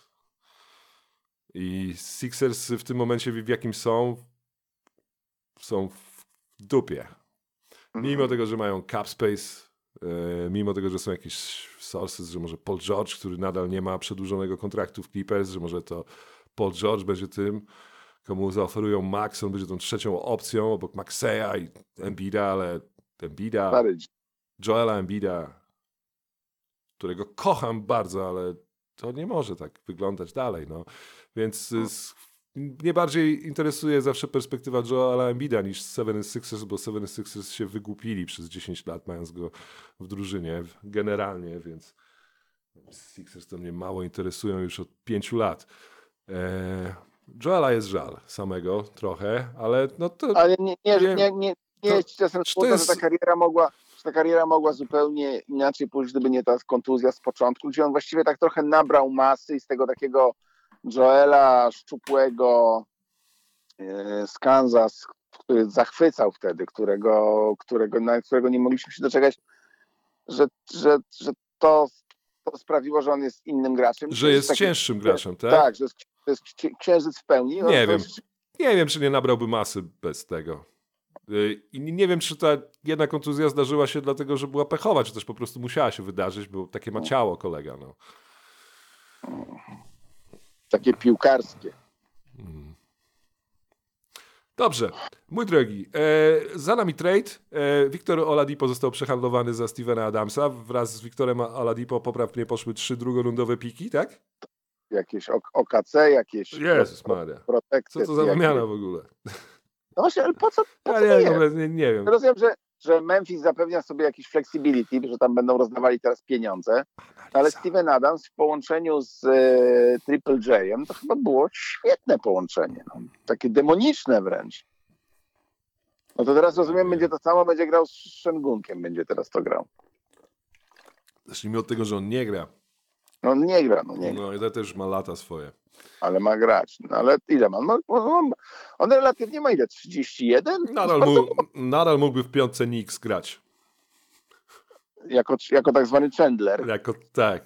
I Sixers w tym momencie, w jakim są, są w dupie. Mimo tego, że mają cap space, e, mimo tego, że są jakieś sources, że może Paul George, który nadal nie ma przedłużonego kontraktu w Clippers, że może to Paul George będzie tym, komu zaoferują Max, on będzie tą trzecią opcją obok Maxeya i Embida, ale Embida, Stary, Joela Embida, którego kocham bardzo, ale to nie może tak wyglądać dalej. No. Więc y, s- mnie bardziej interesuje zawsze perspektywa Joela Embida niż seventy-sixers, bo seventy-sixers się wygłupili przez dziesięć lat, mając go w drużynie generalnie, więc Sixers to mnie mało interesują już od pięciu lat. E, Joela jest żal samego trochę, ale no to... ale nie, nie, Nie. nie, nie, nie To- jest ci czasem czy to smutno, jest- że ta kariera mogła, że ta kariera mogła zupełnie inaczej pójść, gdyby nie ta kontuzja z początku, gdzie on właściwie tak trochę nabrał masy i z tego takiego Joela szczupłego e, z Kansas, który zachwycał wtedy, którego, którego, na którego nie mogliśmy się doczekać, że, że, że to, to sprawiło, że on jest innym graczem. Że jest taki- cięższym graczem, tak? Tak, że jest to jest księżyc w pełni? No, Nie wiem. jest... Nie wiem, czy nie nabrałby masy bez tego. I nie wiem, czy ta jedna kontuzja zdarzyła się dlatego, że była pechowa, czy też po prostu musiała się wydarzyć, bo takie ma ciało kolega. No. Takie piłkarskie. Dobrze, mój drogi, e, za nami trade. E, Victor Oladipo został przehandlowany za Stevena Adamsa. Wraz z Victorem Oladipo poprawnie poszły trzy drugorundowe piki, tak? Jakieś O K C, jakieś... Jezus Maria. Co to za wymiana w ogóle? No właśnie, ale po co, po co ja to nie, jest? nie, nie wiem. Rozumiem, że, że Memphis zapewnia sobie jakiś flexibility, że tam będą rozdawali teraz pieniądze, ale Steven Adams w połączeniu z e, Triple J-em to chyba było świetne połączenie. No. Takie demoniczne wręcz. No to teraz rozumiem, będzie to samo, będzie grał z Shengunkiem, będzie teraz to grał. Zacznijmy od tego, że on nie gra. No on nie gra, no nie gra. No i to też ma lata swoje. Ale ma grać. No ale ile ma? On, on, on relatywnie ma ile? trzydzieści jeden? Nadal, mógł, nadal mógłby w piątce Knicks grać. Jako, jako tak zwany Chandler. Jako tak.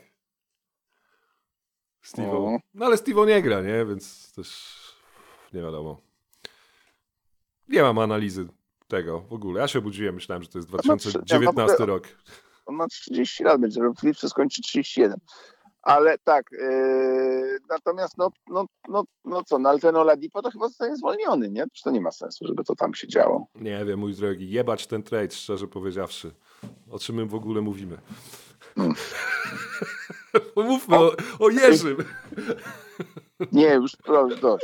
Steve'o. No. No ale Steve'o nie gra, nie? Więc też nie wiadomo. Nie mam analizy tego w ogóle. Ja się obudziłem, myślałem, że to jest dwa tysiące dziewiętnasty rok. On ma trzydzieści lat, będzie Philipsy skończy trzydzieści jeden. Ale tak, yy, natomiast no, no, no, no co, no ale ten Oladipo to chyba zostanie zwolniony, nie? Przecież to nie ma sensu, żeby to tam się działo. Nie wiem, mój drogi, jebać ten trade, szczerze powiedziawszy. O czym my w ogóle mówimy? Hmm. Pomówmy o, o Jerzym. Nie, już, już dość.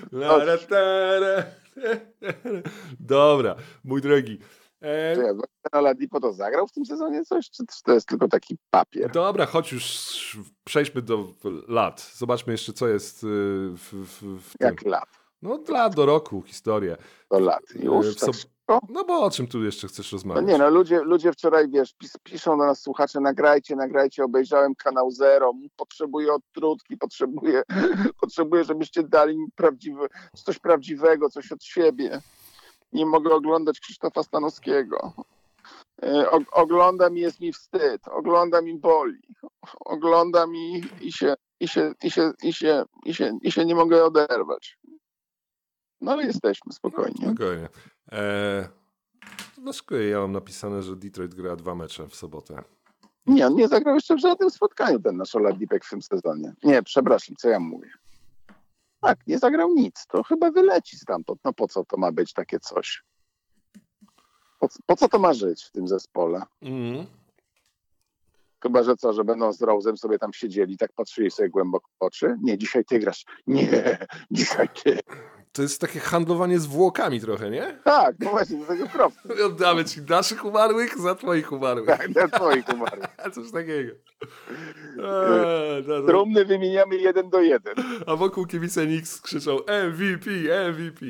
Dobra, mój drogi. E... Czy ten Oladipo to zagrał w tym sezonie coś, czy to jest tylko taki papier? Dobra, chodź już przejdźmy do lat. Zobaczmy jeszcze, co jest w, w, w Jak tym. Lat? No od lat do roku, historię. Do lat. Już w, tak so... No bo o czym tu jeszcze chcesz rozmawiać? No nie, no ludzie, ludzie wczoraj, wiesz, pis, piszą do nas słuchacze, nagrajcie, nagrajcie, obejrzałem kanał Zero, potrzebuję odtrutki, potrzebuję, potrzebuję, żebyście dali mi prawdziwe, coś prawdziwego, coś od siebie. Nie mogę oglądać Krzysztofa Stanowskiego. O, oglądam i jest mi wstyd. Oglądam i boli. Oglądam i, i, się, i, się, i, się, i, się, i, się, i się nie mogę oderwać. No ale jesteśmy, spokojnie. Spokojnie. Eee, dlaczego ja mam napisane, że Detroit gra dwa mecze w sobotę? Nie, on nie zagrał jeszcze w żadnym spotkaniu, ten nasz Oladipek w tym sezonie. Nie, przepraszam, co ja mówię. Tak, nie zagrał nic. To chyba wyleci stamtąd. No po co to ma być takie coś? Po, po co to ma żyć w tym zespole? Mm. Chyba, że co, że będą z Rose'em sobie tam siedzieli, tak patrzyli sobie głęboko w oczy? Nie, dzisiaj ty grasz. Nie, dzisiaj ty. To jest takie handlowanie zwłokami trochę, nie? Tak, no właśnie, do tego prosto. Oddamy ci naszych umarłych za twoich umarłych. Tak, za twoich umarłych. Coś takiego. Eee, no, no. Trumny wymieniamy jeden do jeden. A wokół kibice Knicks krzyczą M V P, M V P.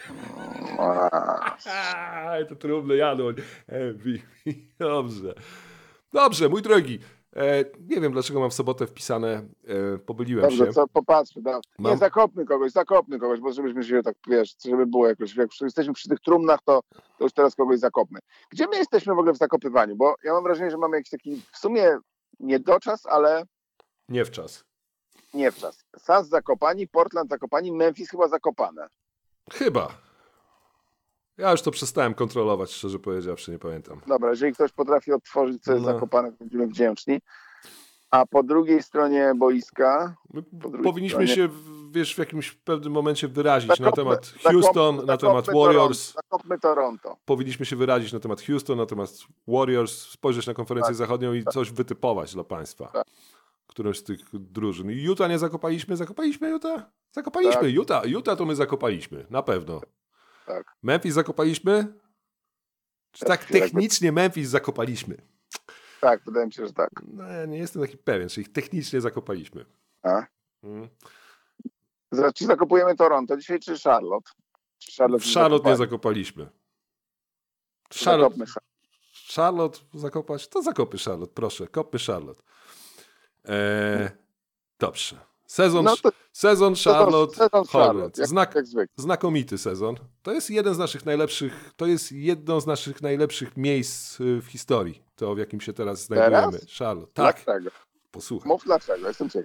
To trumny jadą. M V P. Dobrze. Dobrze, mój drogi. E, nie wiem, dlaczego mam w sobotę wpisane, e, pomyliłem Dobrze, się. Co, popatrzmy. Da. Nie, mam... zakopmy kogoś, zakopmy kogoś, bo żebyśmy się tak, wiesz, żeby było jakoś, jak jesteśmy przy tych trumnach, to, to już teraz kogoś zakopmy. Gdzie my jesteśmy w ogóle w zakopywaniu? Bo ja mam wrażenie, że mamy jakiś taki, w sumie nie doczas, ale... Nie w czas. Nie w czas. Suns zakopani, Portland zakopani, Memphis chyba zakopane. Chyba. Ja już to przestałem kontrolować, szczerze powiedziawszy, nie pamiętam. Dobra, jeżeli ktoś potrafi odtworzyć, co jest no. zakopane, to będziemy wdzięczni. A po drugiej stronie boiska... Powinniśmy stronie... się, wiesz, w jakimś pewnym momencie wyrazić zakopmy, na temat Houston, zakopmy, na temat Warriors. Toronto, zakopmy Toronto. Powinniśmy się wyrazić na temat Houston, na temat Warriors, spojrzeć na konferencję tak, zachodnią i tak. coś wytypować dla państwa. Tak. Którąś z tych drużyn. I Utah nie zakopaliśmy? Zakopaliśmy Utah? Zakopaliśmy. Tak. Utah, Utah to my zakopaliśmy, na pewno. Tak. Memphis zakopaliśmy? Czy tak technicznie Memphis zakopaliśmy? Tak, wydaje mi się, że tak. No, ja nie jestem taki pewien, czy ich technicznie zakopaliśmy. A? Hmm. Czy zakopujemy Toronto dzisiaj, czy Charlotte? Czy Charlotte w Charlotte nie zakopaliśmy. Charlotte, Charlotte zakopać? To zakopy Charlotte, proszę. Kopmy Charlotte. Eee, dobrze. Sezon, no to, sezon Charlotte, sezon Charlotte jak, Znak, jak znakomity sezon. To jest jeden z naszych najlepszych, to jest jedno z naszych najlepszych miejsc w historii. To, w jakim się teraz znajdujemy. Teraz? Charlotte. Tak. Dlaczego? Posłuchaj. Mów dlaczego, jestem ciekaw.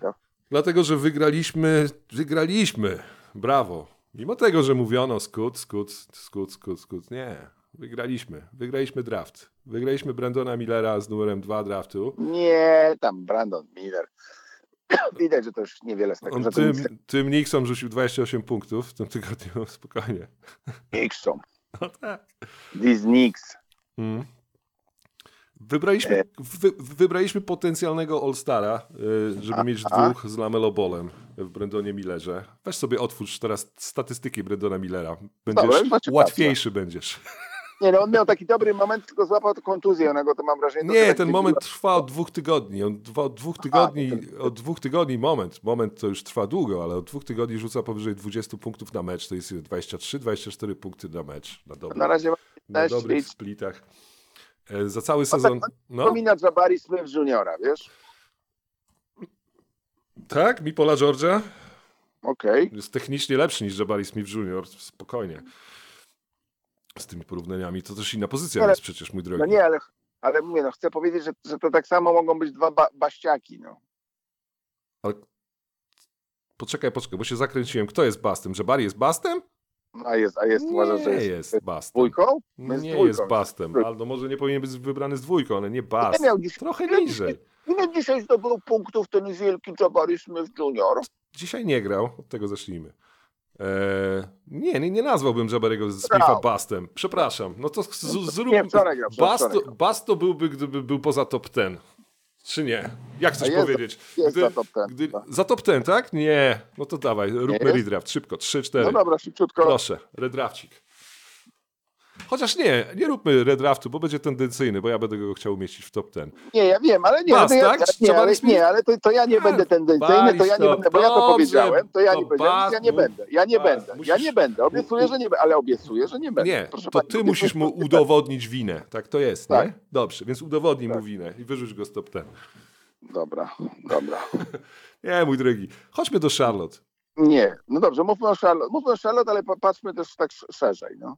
Dlatego, że wygraliśmy, wygraliśmy. Brawo. Mimo tego, że mówiono skut, skut, skut, skut, skut. Nie. Wygraliśmy. Wygraliśmy draft. Wygraliśmy Brandona Millera z numerem dwa draftu. Nie, tam Brandon Miller. Widać, że to już niewiele z tego. On że tym, to tym Nixon rzucił dwadzieścia osiem punktów w tym tygodniu. Spokojnie. Nixon. No tak. These Knicks. Mm. Wybraliśmy, wy, wybraliśmy potencjalnego All-Stara, żeby mieć dwóch z Lamelo Ballem w Brandonie Millerze. Weź sobie otwórz teraz statystyki Brandona Millera. Będziesz Dobra, łatwiejszy będziesz. Nie, no on miał taki dobry moment, tylko złapał tę kontuzję, onego to mam wrażenie... Nie, ten moment trwa od dwóch tygodni. On trwa od dwóch tygodni, A, od dwóch tygodni moment. Moment to już trwa długo, ale od dwóch tygodni rzuca powyżej dwudziestu punktów na mecz. To jest dwadzieścia trzy dwadzieścia cztery punkty na mecz. Na, dobry, na razie na dobrych splitach. Za cały sezon... No. Wspomina Jabari Smith juniora, wiesz? Tak? Mi Paula George'a? Okej. Okay. Jest technicznie lepszy niż Jabari Smith junior Spokojnie. Z tymi porównaniami. To też inna pozycja ale, jest przecież, mój drogi. No nie, ale, ale mówię, no chcę powiedzieć, że, że to tak samo mogą być dwa ba- baściaki, no. Ale... Poczekaj, poczekaj, bo się zakręciłem. Kto jest bastem? Jabari jest bastem? A jest, a jest, nie uważasz, że jest, jest bastem. Dwójką? Jest nie dwójką. jest bastem. Aldo może nie powinien być wybrany z dwójką, ale nie bast. Nie dziś... Trochę niżej. Ile dzisiaj zdobył punktów ten wielki Jabari Smith junior? Dzisiaj nie grał, od tego zacznijmy. Eee, nie, nie, nie nazwałbym Jabariego Smitha bastem. Przepraszam. No to z, z, zrób... Nie, wczoraj grał, Bast, wczoraj grał. Bast to byłby, gdyby był poza top ten. Czy nie? Jak chcesz jest, powiedzieć? Jest gdy, za top ten. Gdy, za top ten, tak? Nie. No to dawaj, róbmy redraft. Szybko, trzy cztery. No dobra, szybciutko. Proszę, redrafcik. Chociaż nie, nie róbmy redraftu, bo będzie tendencyjny, bo ja będę go chciał umieścić w top ten. Nie, ja wiem, ale nie. Bas, ale tak? ja, nie, ale, Smith? nie, ale to, to ja nie A, będę tendencyjny, to ja nie to, będę, bo ja to dobrze, powiedziałem, to ja nie to powiedziałem, Bas, ja nie mów, będę, ja nie Bas, będę, musisz- ja nie będę, obiecuję, że nie będę, ale obiecuję, że nie będę. Nie, Proszę to pani, ty obiecuję, musisz mu że nie będę. udowodnić winę. Tak to jest, Tak. nie? Dobrze, więc udowodnij Tak. mu winę i wyrzuć go z top ten. Dobra, dobra. Nie, mój drogi, chodźmy do Charlotte. Nie, no dobrze, mówmy o Charlotte, mówmy o Charlotte, ale patrzmy też tak sz- szerzej, no.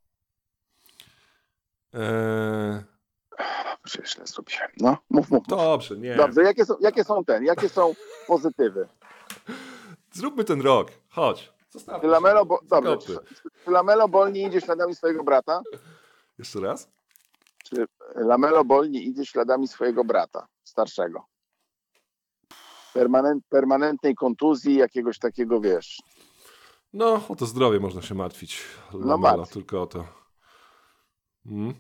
Eee, Przecież źle zrobiłem, no, mów, mów. mów. dobrze, nie. Dobrze, jakie są, jakie są ten, jakie są pozytywy? Zróbmy ten rok, chodź. Zostawmy Czy Lamelo, bo, dobrze, Kopy. czy, czy Lamelo Ball nie idzie śladami swojego brata? Jeszcze raz? Czy Lamelo Ball nie idzie śladami swojego brata, starszego? Permanent, permanentnej kontuzji, jakiegoś takiego, wiesz. No, o to zdrowie można się martwić. No Lamelo, martw. tylko o to. Mm.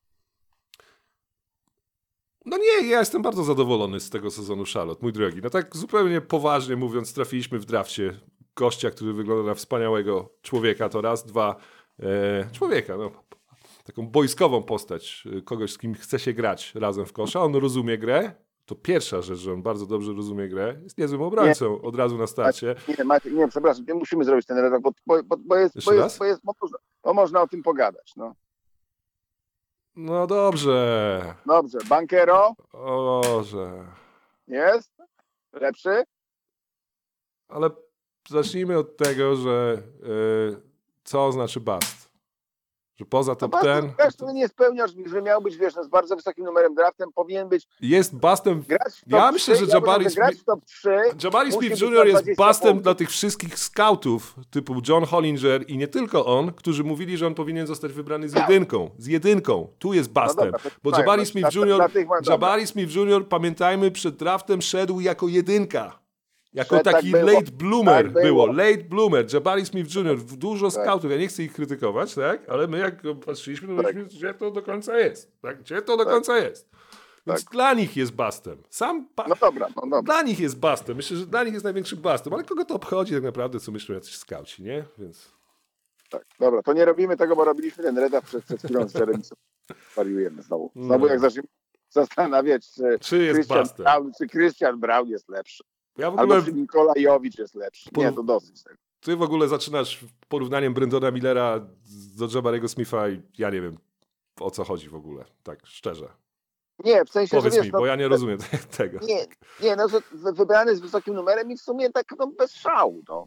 No nie, ja jestem bardzo zadowolony z tego sezonu Charlotte, mój drogi. No tak zupełnie poważnie mówiąc, trafiliśmy w drafcie gościa, który wygląda na wspaniałego człowieka, to raz, dwa, e, człowieka, no, taką boiskową postać, kogoś, z kim chce się grać razem w kosza, on rozumie grę, to pierwsza rzecz, że on bardzo dobrze rozumie grę, jest niezłym obrońcą od razu na starcie. Nie, Maciek, nie, przepraszam, nie musimy zrobić ten redak, bo, bo, bo, bo, jest, Jeszcze bo, raz? jest, bo, jest, bo, można, bo można o tym pogadać, no. No dobrze, Dobrze, Bankero o Boże, jest? Lepszy? ale zacznijmy od tego, że e, co znaczy bust? Że poza No top bardzo, ten wiesz, to nie spełniasz, że miał być, wiesz, no, z bardzo wysokim numerem draftem, powinien być jest bustem. grać w top Ja myślę, trzy, że ja Jabari uważam, że grać Smith- w top trzy. Jabari musi Smith być junior na jest dwadzieścia bustem punktów. dla tych wszystkich scoutów typu John Hollinger i nie tylko on, którzy mówili, że on powinien zostać wybrany z jedynką. Z jedynką. Tu jest bustem. dobra, to Bo fajnie, Jabari no, Smith na- junior, na tych ma- dobra. Jabari Smith junior, pamiętajmy, przed draftem szedł jako jedynka. Jako Szedł, taki tak było. late bloomer Tak było. było. Late bloomer. Jabari Smith junior Dużo Tak. scoutów. Ja nie chcę ich krytykować, tak? Ale my jak patrzyliśmy, to Tak. myśleliśmy, gdzie to do końca jest. Tak? Gdzie to do Tak. końca jest. Więc Tak. dla nich jest bustem. Sam pa- No dobra, no dobra. dla nich jest bustem. Myślę, że dla nich jest największym bustem. Ale kogo to obchodzi tak naprawdę, co myślą jacyś skauci, nie? Więc Tak, dobra, to nie robimy tego, bo robiliśmy ten redak przed, przed chwilą z Czeremicą. Wariujemy znowu. Znowu No. jak zaczniemy zastanawiać, czy Czy jest Christian bustem? Brown, czy Christian Brown jest lepszy. ja w ogóle, Albo czy Nikolajowicz jest lepszy. Nie, Porów- to dosyć tego. ty w ogóle zaczynasz porównaniem Brandona Millera do Jabariego Smitha i ja nie wiem, o co chodzi w ogóle. Tak, szczerze. Nie, w sensie, Powiedz że wiesz, mi, no, bo ja nie rozumiem tego. nie, nie, no, że wy- wybrany z wysokim numerem i w sumie tak no, bez szału, no.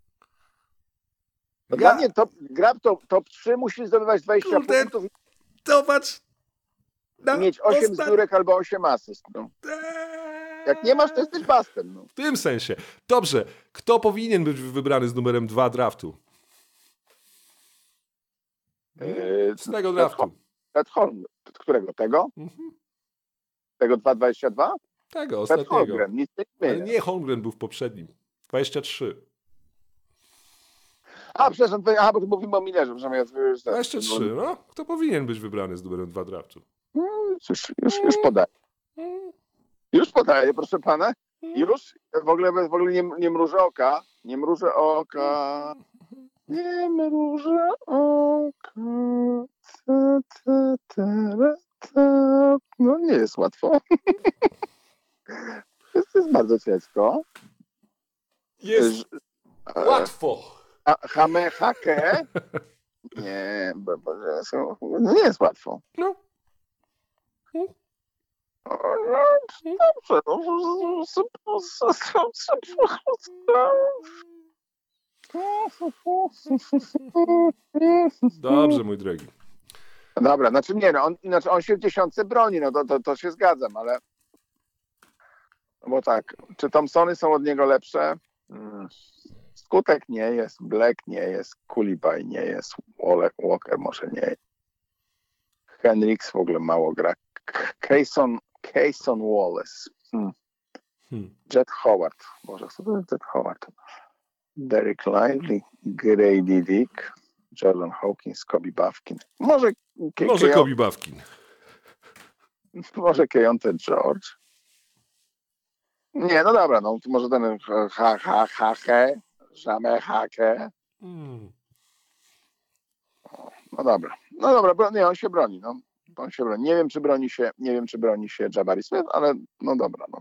No Ja- Dla mnie top, gra w top, top trzy musi zdobywać dwadzieścia Kurde, punktów Zobacz! i mieć osiem zbiórek albo osiem asyst. No. Eee, Jak nie masz, to jesteś bastem. No. W tym sensie. Dobrze, kto powinien być wybrany z numerem dwa draftu? Yy, Z tego draftu. Ted Holmgren. Którego? Tego? Mhm. Tego dwa dwadzieścia dwa? Tego, Ted ostatniego. Holmgren, nic nie Ale zmienia. nie, Holmgren był w poprzednim. dwadzieścia trzy. A, przepraszam, to, aha, bo tu mówimy o Millerze. dwadzieścia trzy, no. Kto powinien być wybrany z numerem dwa draftu? Już, już, już podaję. Już podaję, proszę pana. Już? W ogóle, w ogóle nie, nie mrużę oka. Nie mrużę oka. Nie mrużę oka. Ta, ta, ta, ta. No nie jest łatwo. Jest, jest bardzo ciężko. Jest łatwo. A Hame Hake? Nie, bo, bo, nie jest łatwo. No. Dobrze. Dobrze, mój drogi. Dobra, znaczy nie, no on, znaczy on się w dziesiątce broni, no to, to, to się zgadzam, ale no bo tak, czy Thompsony są od niego lepsze? Hmm. Skutek nie jest, Black nie jest, Kulibaj nie jest, Walker może nie jest. Hendricks w ogóle mało gra. Kayson, Kayson Wallace. Hmm. Hmm. Jet Howard. Boże, co to jest Jet Howard? Derek Lively, Grady Dick, Jordan Hawkins, Kobe Bufkin. Może K- Może K- Kobe Bufkin. Może Keontae George. Nie, no dobra, no to może ten ha ha ha he, Jamie Hake. Hmm. No dobra. No dobra, nie, on się broni, no. On się broni. Nie wiem, czy broni się, nie wiem, czy broni się Jabari Smith, ale no dobra, no.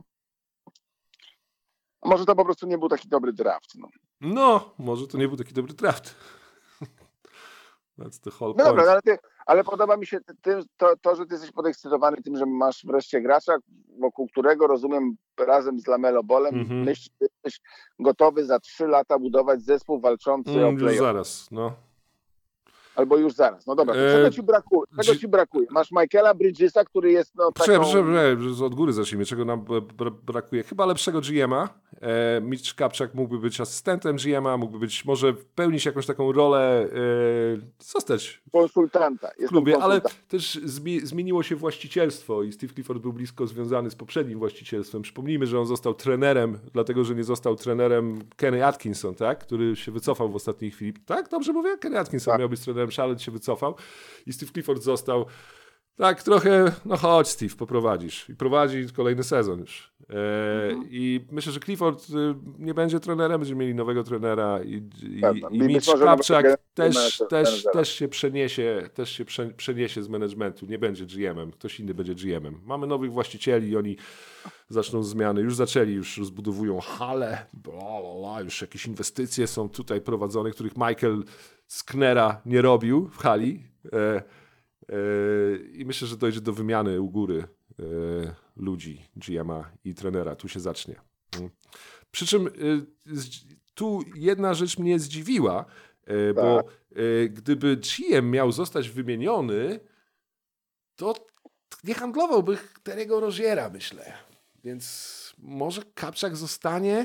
A może to po prostu nie był taki dobry draft, no. No, może to nie był taki dobry draft. That's the whole no point. dobra, ale, ty, ale podoba mi się tym, to, to, że ty jesteś podekscytowany tym, że masz wreszcie gracza, wokół którego, rozumiem, razem z Lamelo Ballem, mm-hmm. myślisz, że jesteś gotowy za trzy lata budować zespół walczący mm, o play-off. Już zaraz, no. Albo już zaraz. No dobra, to czego ci brakuje? Czego ci brakuje? Masz Michaela Bridgesa, który jest no taką... Przepraszam, od góry zacznijmy. Czego nam brakuje? Chyba lepszego G M a. E, Mitch Kapczak mógłby być asystentem G M a, mógłby być, może pełnić jakąś taką rolę, e, zostać konsultanta. w klubie, konsultant. Ale też zmi- zmieniło się właścicielstwo i Steve Clifford był blisko związany z poprzednim właścicielstwem. Przypomnijmy, że on został trenerem, dlatego, że nie został trenerem Kenny Atkinson, tak? Który się wycofał w ostatniej chwili. Tak? Dobrze mówię? Kenny Atkinson tak. miał być trenerem, Charlotte się wycofał i Steve Clifford został tak trochę, no chodź Steve, poprowadzisz. I prowadzi kolejny sezon już. E, mhm. I myślę, że Clifford y, nie będzie trenerem, będziemy mieli nowego trenera i, i, i Mitch Kapczak też, też, też się przeniesie, też się prze, przeniesie z managementu. Nie będzie G M em, ktoś inny będzie G M em. Mamy nowych właścicieli i oni zaczną zmiany. Już zaczęli, już rozbudowują halę, bla, bla, bla. Już jakieś inwestycje są tutaj prowadzone, których Michael Sknera nie robił w hali. E, I myślę, że dojdzie do wymiany u góry e, ludzi, G M a i trenera. Tu się zacznie. Przy czym e, tu jedna rzecz mnie zdziwiła, e, tak. bo e, gdyby G M miał zostać wymieniony, to nie handlowałby Terry'ego Roziera, myślę. Więc może Kapczak zostanie...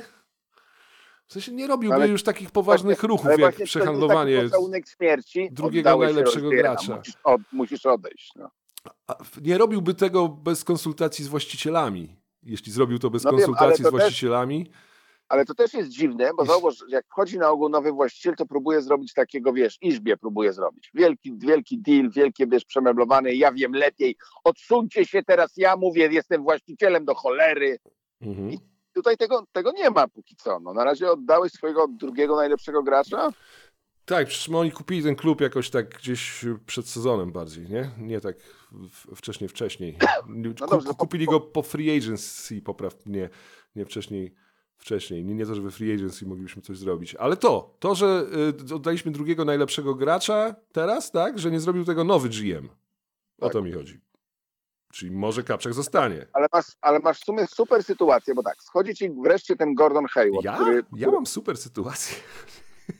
W sensie nie robiłby ale, już takich poważnych właśnie, ruchów, jak przehandlowanie śmierci, drugiego najlepszego gracza. Musisz, od, musisz odejść. No. A nie robiłby tego bez konsultacji z właścicielami. Jeśli zrobił to bez no konsultacji wiem, z właścicielami. Też, ale to też jest dziwne, bo zauważ, jak wchodzi na ogół nowy właściciel, to próbuje zrobić takiego, wiesz, Izbie próbuje zrobić. Wielki, wielki deal, wielkie, wiesz, przemeblowane, ja wiem lepiej, odsuńcie się teraz, ja mówię, jestem właścicielem do cholery. Mhm. I tutaj tego, tego nie ma póki co. No, na razie oddałeś swojego drugiego najlepszego gracza? Tak, przecież oni kupili ten klub jakoś tak gdzieś przed sezonem bardziej, nie? Nie tak wcześniej, wcześniej. No dobrze, kupili go po free agency, popraw nie, nie wcześniej, wcześniej. Nie, nie to, że we free agency moglibyśmy coś zrobić. Ale to, to, że y, oddaliśmy drugiego najlepszego gracza teraz, tak? Że nie zrobił tego nowy G M. O tak. To mi chodzi. Czyli może Kapczak zostanie. Ale masz, ale masz w sumie super sytuację, bo tak, schodzi ci wreszcie ten Gordon Hayward. Ja? Który, ja mam super sytuację. No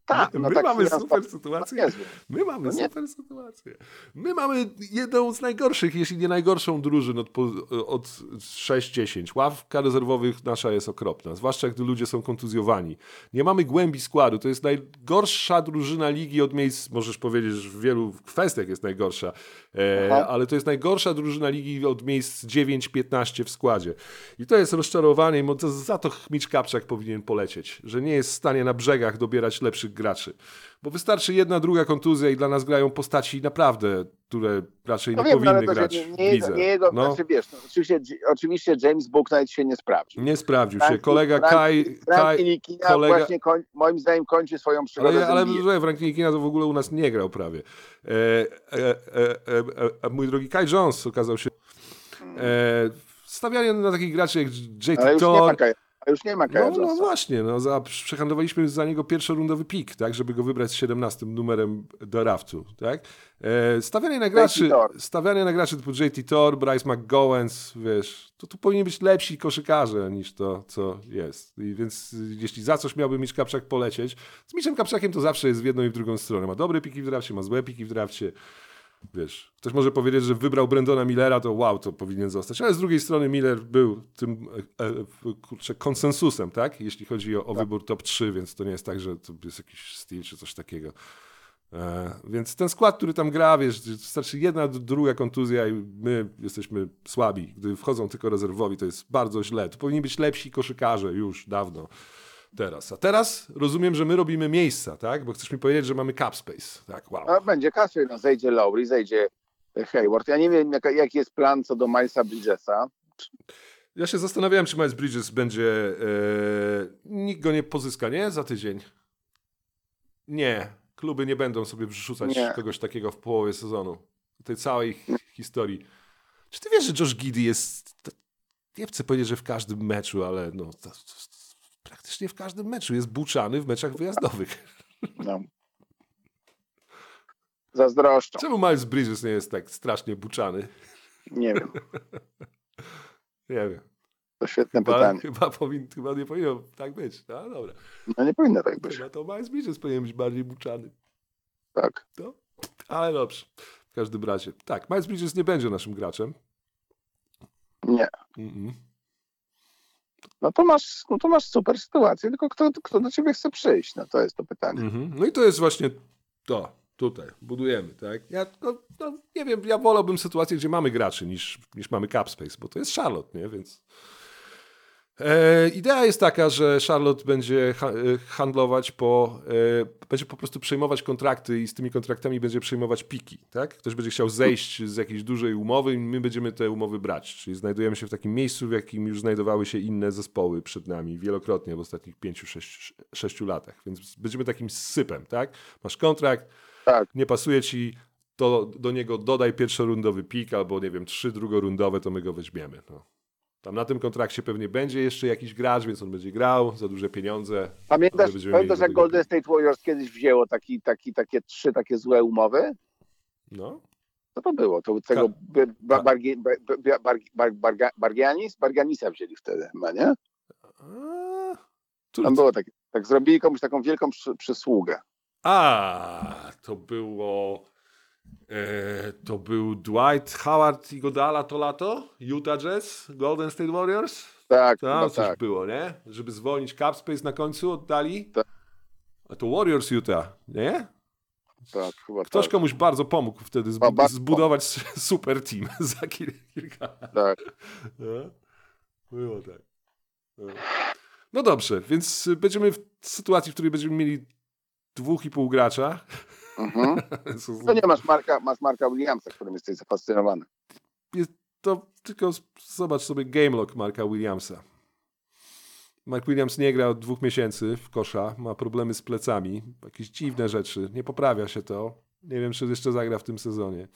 tak, My, no my tak mamy finans- super sytuację. niezły. My mamy No nie. super sytuację. My mamy jedną z najgorszych, jeśli nie najgorszą drużyn od, po- od sześć dziesięć. Ławka rezerwowych nasza jest okropna, zwłaszcza gdy ludzie są kontuzjowani. Nie mamy głębi składu. To jest najgorsza drużyna ligi od miejsc, możesz powiedzieć, że w wielu kwestiach jest najgorsza, e, ale to jest najgorsza drużyna ligi od miejsc dziewięć piętnaście w składzie. I to jest rozczarowanie, i to za to Chmicz Kapczak powinien polecieć, że nie jest w stanie na brzegach dobierać lepszych graczy. Bo wystarczy jedna, druga kontuzja i dla nas grają postaci naprawdę, które raczej No nie wiem, no, ale powinny to, że grać nie, w nie, jego, lidze. nie jego, No, znaczy wiesz, no, oczywiście, oczywiście James Bouknight się nie sprawdził. nie sprawdził się. Frank- Kolega Frank- Kai, Frank Kai Ilikina kolega... właśnie koń, moim zdaniem kończy swoją przygodę Ale, ale z N B A. że Frank Nikina to w ogóle u nas nie grał prawie. E, e, e, e, a mój drogi Kai Jones okazał się e, stawianie na takich graczy jak J T Ale już nie ma Thor. Kaja, już nie ma Kaja No, no Jonesa. właśnie, no, za, przehandlowaliśmy za niego pierwszorundowy pik, tak, żeby go wybrać z siedemnastym numerem draftu, tak? E, stawianie na graczy, Thor. stawianie na graczy typu J T Thor, Bryce McGowens, wiesz, to tu powinni być lepsi koszykarze niż to, co jest. I więc y, jeśli za coś miałby Mitch Kapczak polecieć, z Mitchem Kapczakiem to zawsze jest w jedną i w drugą stronę. Ma dobre piki w drafcie, ma złe piki w drafcie. Wiesz, ktoś może powiedzieć, że wybrał Brendona Millera, to wow, to powinien zostać. Ale z drugiej strony Miller był tym e, e, kurczę, konsensusem, tak? Jeśli chodzi o, o Tak. wybór top trzy, więc to nie jest tak, że to jest jakiś styl czy coś takiego. E, więc ten skład, który tam gra, wiesz, wystarczy jedna, druga kontuzja i my jesteśmy słabi. Gdy wchodzą tylko rezerwowi, to jest bardzo źle. To powinni być lepsi koszykarze już dawno. Teraz. A teraz rozumiem, że my robimy miejsca, tak? Bo chcesz mi powiedzieć, że mamy cap space. Tak, wow. No, będzie kasy, no, zejdzie Lowry, zejdzie Hayward. Ja nie wiem, jaka, jaki jest plan co do Milesa Bridgesa. Ja się zastanawiałem, czy Miles Bridges będzie... E, nikt go nie pozyska, nie? Za tydzień. Nie. Kluby nie będą sobie wrzucać Nie. kogoś takiego w połowie sezonu. Tej całej hi- historii. Czy ty wiesz, że Josh Giddey jest... To, nie chcę powiedzieć, że w każdym meczu, ale no... To, to, praktycznie w każdym meczu jest buczany w meczach wyjazdowych. No. Zazdroszczą. Czemu Miles Bridges nie jest tak strasznie buczany? Nie wiem. Nie wiem. To świetne Chyba, pytanie. chyba, powin, chyba nie powinno tak być. No dobra. No nie powinno tak być. Chyba to Miles Bridges powinien być bardziej buczany. Tak. No, ale dobrze. W każdym razie. Tak, Miles Bridges nie będzie naszym graczem. Nie. Mm-mm. No to masz, no to masz super sytuację, tylko kto, kto do ciebie chce przyjść? No to jest to pytanie. Mhm. No i to jest właśnie to. Tutaj. Budujemy, tak? Ja no, no, nie wiem, ja wolałbym sytuację, gdzie mamy graczy niż, niż mamy cap space, bo to jest Charlotte, nie? Więc... E, idea jest taka, że Charlotte będzie ha- e, handlować po, e, będzie po prostu przejmować kontrakty i z tymi kontraktami będzie przejmować piki, tak? Ktoś będzie chciał zejść z jakiejś dużej umowy i my będziemy te umowy brać, czyli znajdujemy się w takim miejscu, w jakim już znajdowały się inne zespoły przed nami wielokrotnie w ostatnich pięciu, sześć, sześciu latach, więc będziemy takim sypem, tak? Masz kontrakt, Tak. nie pasuje ci, to do niego dodaj pierwszorundowy pik albo nie wiem, trzy drugorundowe, to my go weźmiemy, no. Tam na tym kontrakcie pewnie będzie jeszcze jakiś gracz, więc on będzie grał za duże pieniądze. Pamiętasz, będziemy pamiętasz mieli jak do tego- Golden State Warriors kiedyś wzięło taki, taki, takie trzy takie złe umowy? No. Co to było? To tego Ka- ba- Bargi- ba- ba- Bargi- Bar- Barga- Bargianis? Barganisa wzięli wtedy chyba, nie? A, tu- Tam było takie, tak zrobili komuś taką wielką przy, przysługę. A, to było... E, to był Dwight Howard i Godala to lato? Utah Jazz? Golden State Warriors? Tak, Tam chyba coś tak. było, nie? Żeby zwolnić cap space na końcu oddali? Tak. A to Warriors Utah, nie? tak chyba Ktoś tak. komuś bardzo pomógł wtedy zbu- Ba- bardzo zbudować super team za kil- kilka lat. tak. No, było tak. No. no dobrze, więc będziemy w sytuacji, w której będziemy mieli dwóch i pół gracza. Mhm. To nie masz Marka, masz Marka Williamsa, którym jesteś zafascynowany. Jest to tylko z- zobacz sobie gamelog Marka Williamsa. Mark Williams nie gra od dwóch miesięcy w kosza, ma problemy z plecami, jakieś dziwne rzeczy, nie poprawia się to. Nie wiem, czy jeszcze zagra w tym sezonie.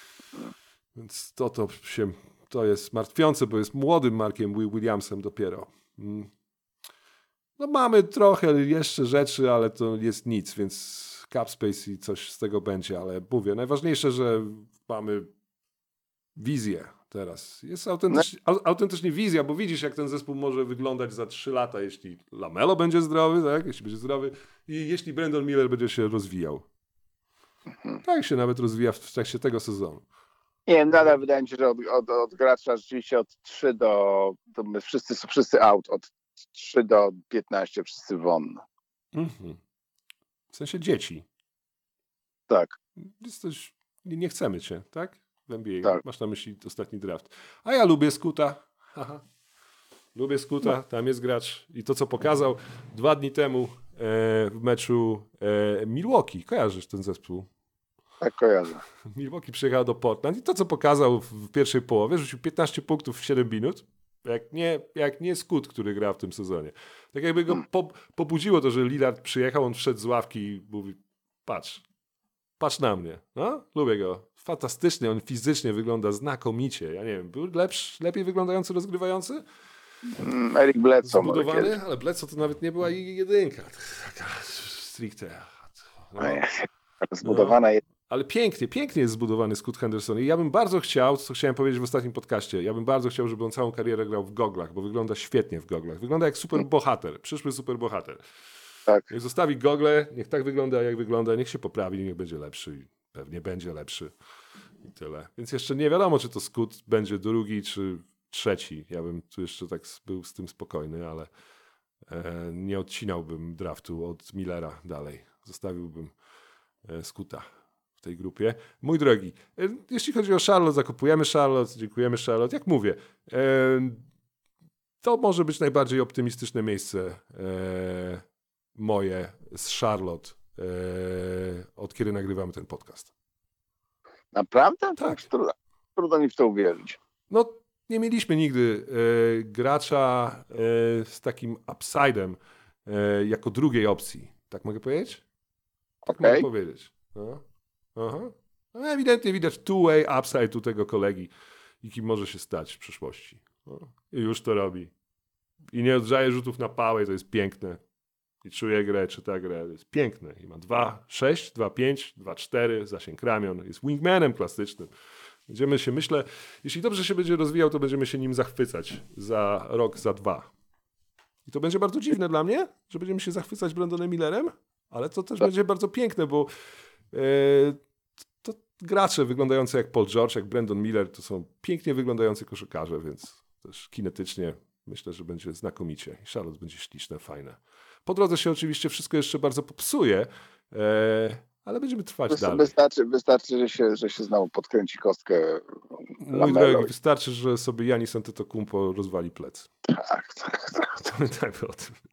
Więc to, to się, to jest martwiące, bo jest młodym Markiem Wi- Williamsem dopiero. Mm. No mamy trochę jeszcze rzeczy, ale to jest nic, więc cap space i coś z tego będzie, ale mówię, najważniejsze, że mamy wizję, teraz. Jest autentycznie, no. autentycznie wizja, bo widzisz, jak ten zespół może wyglądać za trzy lata, jeśli LaMelo będzie zdrowy, tak? Jeśli będzie zdrowy i jeśli Brandon Miller będzie się rozwijał. Mhm. Tak się nawet rozwija w trakcie tego sezonu. Nie, nadal wydaje mi się, że od, od, od gracza rzeczywiście od trzy do... To my wszyscy są wszyscy out. Od trzy do piętnastu wszyscy won. Mhm. W sensie dzieci. Tak. Jesteś, nie chcemy cię, tak? W N B A. Tak. Masz na myśli ostatni draft. A ja lubię Scoota. Aha. Lubię Scoota, no. Tam jest gracz. I to, co pokazał dwa dni temu e, w meczu e, Milwaukee. Kojarzysz ten zespół? Tak, kojarzę. Milwaukee przyjechał do Portland i to, co pokazał w pierwszej połowie, rzucił piętnaście punktów w siedem minut. Jak nie, jak nie Scoot, który gra w tym sezonie. Tak jakby go po, pobudziło to, że Lillard przyjechał, on wszedł z ławki i mówi, patrz, patrz na mnie. No, lubię go. Fantastycznie, on fizycznie wygląda znakomicie. Ja nie wiem, był lepszy, lepiej wyglądający, rozgrywający? Mm, Eric Bledsoe. Zbudowany, ale Bledsoe to nawet nie była jedynka. Taka stricte. No. Zbudowana jest. No. Ale pięknie, pięknie jest zbudowany Scoot Henderson i ja bym bardzo chciał, co chciałem powiedzieć w ostatnim podcaście, ja bym bardzo chciał, żeby on całą karierę grał w goglach, bo wygląda świetnie w goglach. Wygląda jak super bohater, przyszły super bohater. Tak. Niech zostawi gogle, niech tak wygląda, jak wygląda, niech się poprawi, niech będzie lepszy i pewnie będzie lepszy i tyle. Więc jeszcze nie wiadomo, czy to Scoot będzie drugi, czy trzeci. Ja bym tu jeszcze tak był z tym spokojny, ale e, nie odcinałbym draftu od Millera dalej. Zostawiłbym e, Scoota w tej grupie. Mój drogi, e, jeśli chodzi o Charlotte, zakupujemy Charlotte, dziękujemy Charlotte. Jak mówię, e, to może być najbardziej optymistyczne miejsce e, moje z Charlotte, e, od kiedy nagrywamy ten podcast. Naprawdę? Tak. Trudno, trudno mi w to uwierzyć. No, nie mieliśmy nigdy e, gracza e, z takim upside'em e, jako drugiej opcji. Tak mogę powiedzieć? Tak okay. mogę powiedzieć. No. Aha. No, ewidentnie widać two-way upside u tego kolegi i kim może się stać w przyszłości. No. I już to robi. I nie oddaje rzutów na pałę, to jest piękne. I czuje grę, czyta grę, to jest piękne. I ma dwa sześć, dwa pięć, dwa cztery, zasięg ramion. Jest wingmanem klasycznym. Będziemy się, myślę, jeśli dobrze się będzie rozwijał, to będziemy się nim zachwycać za rok, za dwa. I to będzie bardzo dziwne dla mnie, że będziemy się zachwycać Brandonem Millerem, ale to też będzie bardzo piękne, bo e, to gracze wyglądające jak Paul George, jak Brandon Miller, to są pięknie wyglądający koszykarze, więc też kinetycznie myślę, że będzie znakomicie. I Charlotte będzie śliczne, fajne. Po drodze się oczywiście wszystko jeszcze bardzo popsuje, e, ale będziemy trwać Wystarczy, dalej. Wystarczy, wystarczy że, się, że się znowu podkręci kostkę. Mój drogi, wystarczy, że sobie Giannis Antetokounmpo rozwali plec. Tak, tak, tak. Pamiętajmy o tym.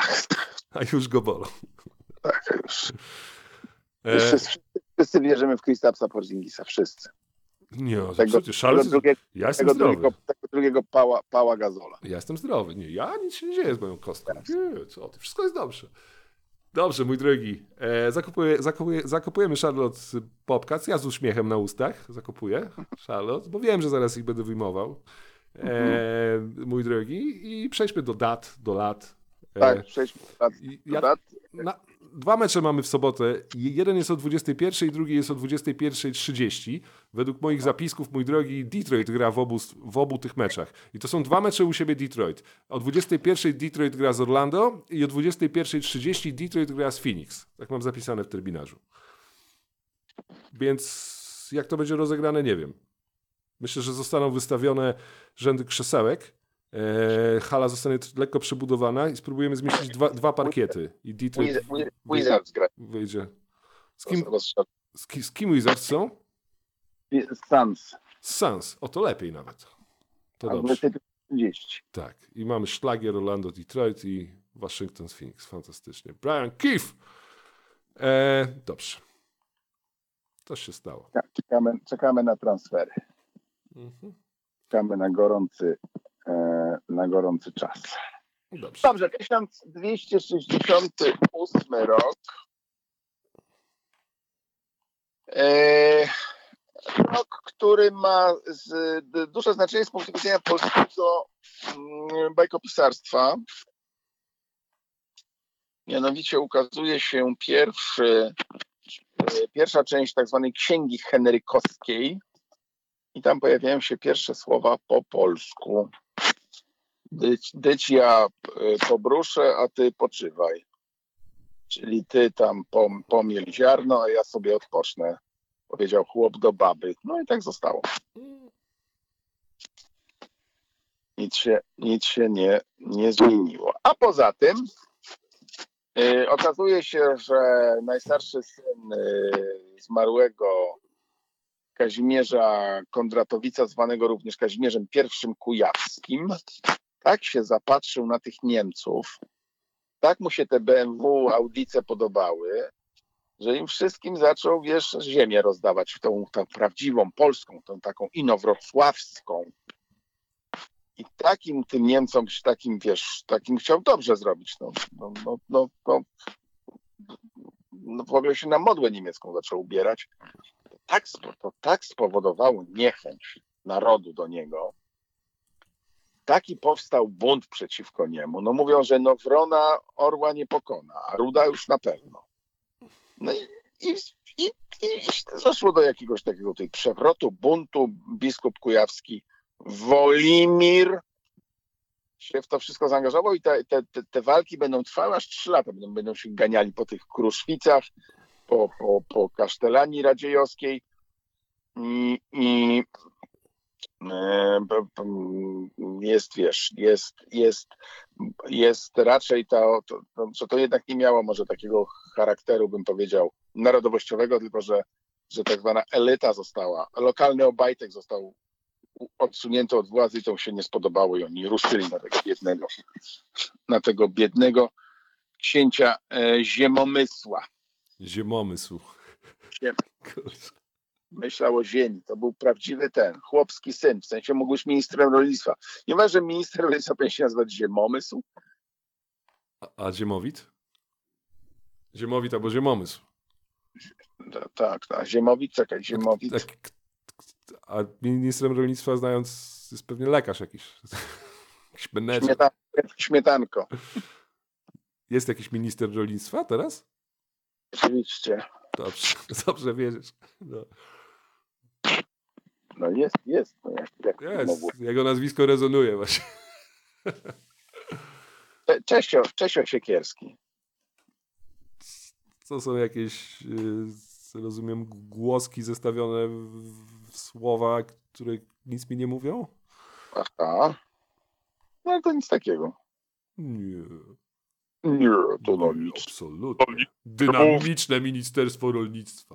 A już go bolą. Tak, już. E... Wszyscy, wszyscy wierzymy w Kristapsa Porzingisa, wszyscy. Nie, tego, przecież tego drugiego, ja jestem tego zdrowy. Drugiego, tego drugiego pała, pała Gazola. Ja jestem zdrowy. Nie, ja nic się nie dzieje z moją kostką. Nie, co ty, wszystko jest dobrze. Dobrze, mój drogi. E, zakupuję, zakupuję, zakupujemy Charlotte Bobcats. Ja z uśmiechem na ustach zakupuję Charlotte, bo wiem, że zaraz ich będę wyjmował. E, mój drogi. I przejdźmy do dat, do lat. E, tak, przejdźmy do dat. Do ja, dat. Na, dwa mecze mamy w sobotę. Jeden jest o dwudziestej pierwszej, drugi jest o dwudziestej pierwszej trzydzieści. Według moich zapisków, mój drogi, Detroit gra w obu, w obu tych meczach. I to są dwa mecze u siebie Detroit. O dwudziestej pierwszej Detroit gra z Orlando i o dwudziestej pierwszej trzydzieści Detroit gra z Phoenix. Tak mam zapisane w terminarzu. Więc jak to będzie rozegrane, nie wiem. Myślę, że zostaną wystawione rzędy krzesełek. Eee, hala zostanie lekko przebudowana i spróbujemy zmieścić dwa, dwa parkiety. I Detroit Wizards gra. wyjdzie. Z kim, z, ki, z kim Wizards są? Suns. Suns. O, to lepiej nawet. To dobrze. trzydzieści. Tak. I mamy szlagier Orlando, Detroit i Waszyngton z Phoenix. Fantastycznie. Brian Keefe. Eee, dobrze. To się stało. Tak, czekamy, czekamy na transfery. Mhm. Czekamy na gorący na gorący czas. Dobrze. Dobrze, tysiąc dwieście sześćdziesiąty ósmy rok. E, rok, który ma z, duże znaczenie z punktu widzenia polskiego mm, bajkopisarstwa. Mianowicie ukazuje się pierwszy, pierwsza część tak zwanej Księgi Henrykowskiej. i tam pojawiają się pierwsze słowa po polsku. Dyć, dyć ja pobruszę, a ty poczywaj. Czyli ty tam pom, pomiel ziarno, a ja sobie odpocznę. Powiedział chłop do baby. No i tak zostało. Nic się, nic się nie, nie zmieniło. A poza tym yy, okazuje się, że najstarszy syn yy, zmarłego Kazimierza Kondratowica, zwanego również Kazimierzem I Kujawskim, tak się zapatrzył na tych Niemców, tak mu się te B M W Audice podobały, że im wszystkim zaczął, wiesz, ziemię rozdawać, tą, tą prawdziwą polską, tą taką inowrocławską. I takim tym Niemcom, takim, wiesz, takim chciał dobrze zrobić. No, no, no, no, no, no w ogóle się na modłę niemiecką zaczął ubierać. To tak, to tak spowodowało niechęć narodu do niego. Taki powstał bunt przeciwko niemu. No mówią, że no wrona orła nie pokona, a ruda już na pewno. No i, i, i, i doszło do jakiegoś takiego tutaj przewrotu, buntu. Biskup kujawski Wolimir się w to wszystko zaangażował i te, te, te, te walki będą trwały aż trzy lata. Będą, będą się ganiali po tych Kruszwicach, po, po, po Kasztelanii Radziejowskiej i, i jest, wiesz, jest, jest, jest raczej to, to, to, że to jednak nie miało może takiego charakteru, bym powiedział, narodowościowego, tylko że, że tak zwana elita została, lokalny Obajtek został odsunięty od władzy i to się nie spodobało i oni ruszyli na tego biednego, na tego biednego księcia e, Ziemomysła. Ziemomysł. Ziem. Myślał o ziemi. To był prawdziwy ten, chłopski syn. W sensie mógł być ministrem rolnictwa. Nie ma, że minister rolnictwa powinien się nazywać Ziemomysł? A, a Ziemowit? Ziemowit albo Ziemomysł. Ta, tak, a Ziemowit, czekaj, Ziemowit. Tak, tak, a ministrem rolnictwa, znając, jest pewnie lekarz jakiś. Jakiś menedżer. Śmietan, śmietanko. Jest jakiś minister rolnictwa teraz? Oczywiście. Dobrze, dobrze wiedzieć. No. No jest, jest. No jak, jak jest. Jego nazwisko rezonuje właśnie. Czesio, Czesio Siekierski. To są jakieś, rozumiem, głoski zestawione w słowa, które nic mi nie mówią? Aha. No to nic takiego. Nie. Nie, to no nic. Absolutnie. Dynamiczne Ministerstwo Rolnictwa.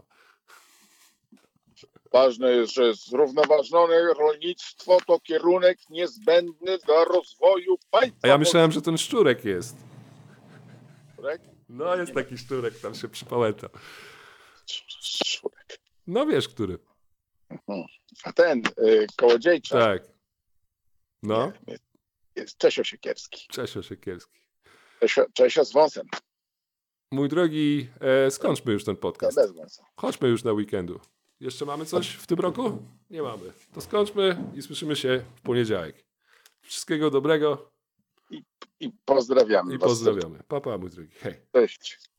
Ważne jest, że zrównoważone rolnictwo to kierunek niezbędny dla rozwoju państwa. A ja myślałem, że ten szczurek jest. Szczurek? No jest taki szczurek, tam się przypałęta. Szczurek. No wiesz, który. A ten, y, Kołodziejczak. Tak. No. Nie, jest, jest Czesio Siekierski. Czesio Siekierski. Czesio, Czesio z wąsem. Mój drogi, e, skończmy już ten podcast. Bez wąsa. Chodźmy już na weekendu. Jeszcze mamy coś w tym roku? Nie mamy. To skończmy i słyszymy się w poniedziałek. Wszystkiego dobrego. I, i pozdrawiamy. I was pozdrawiamy. Pa, pa, mój drogi. Hej. Cześć.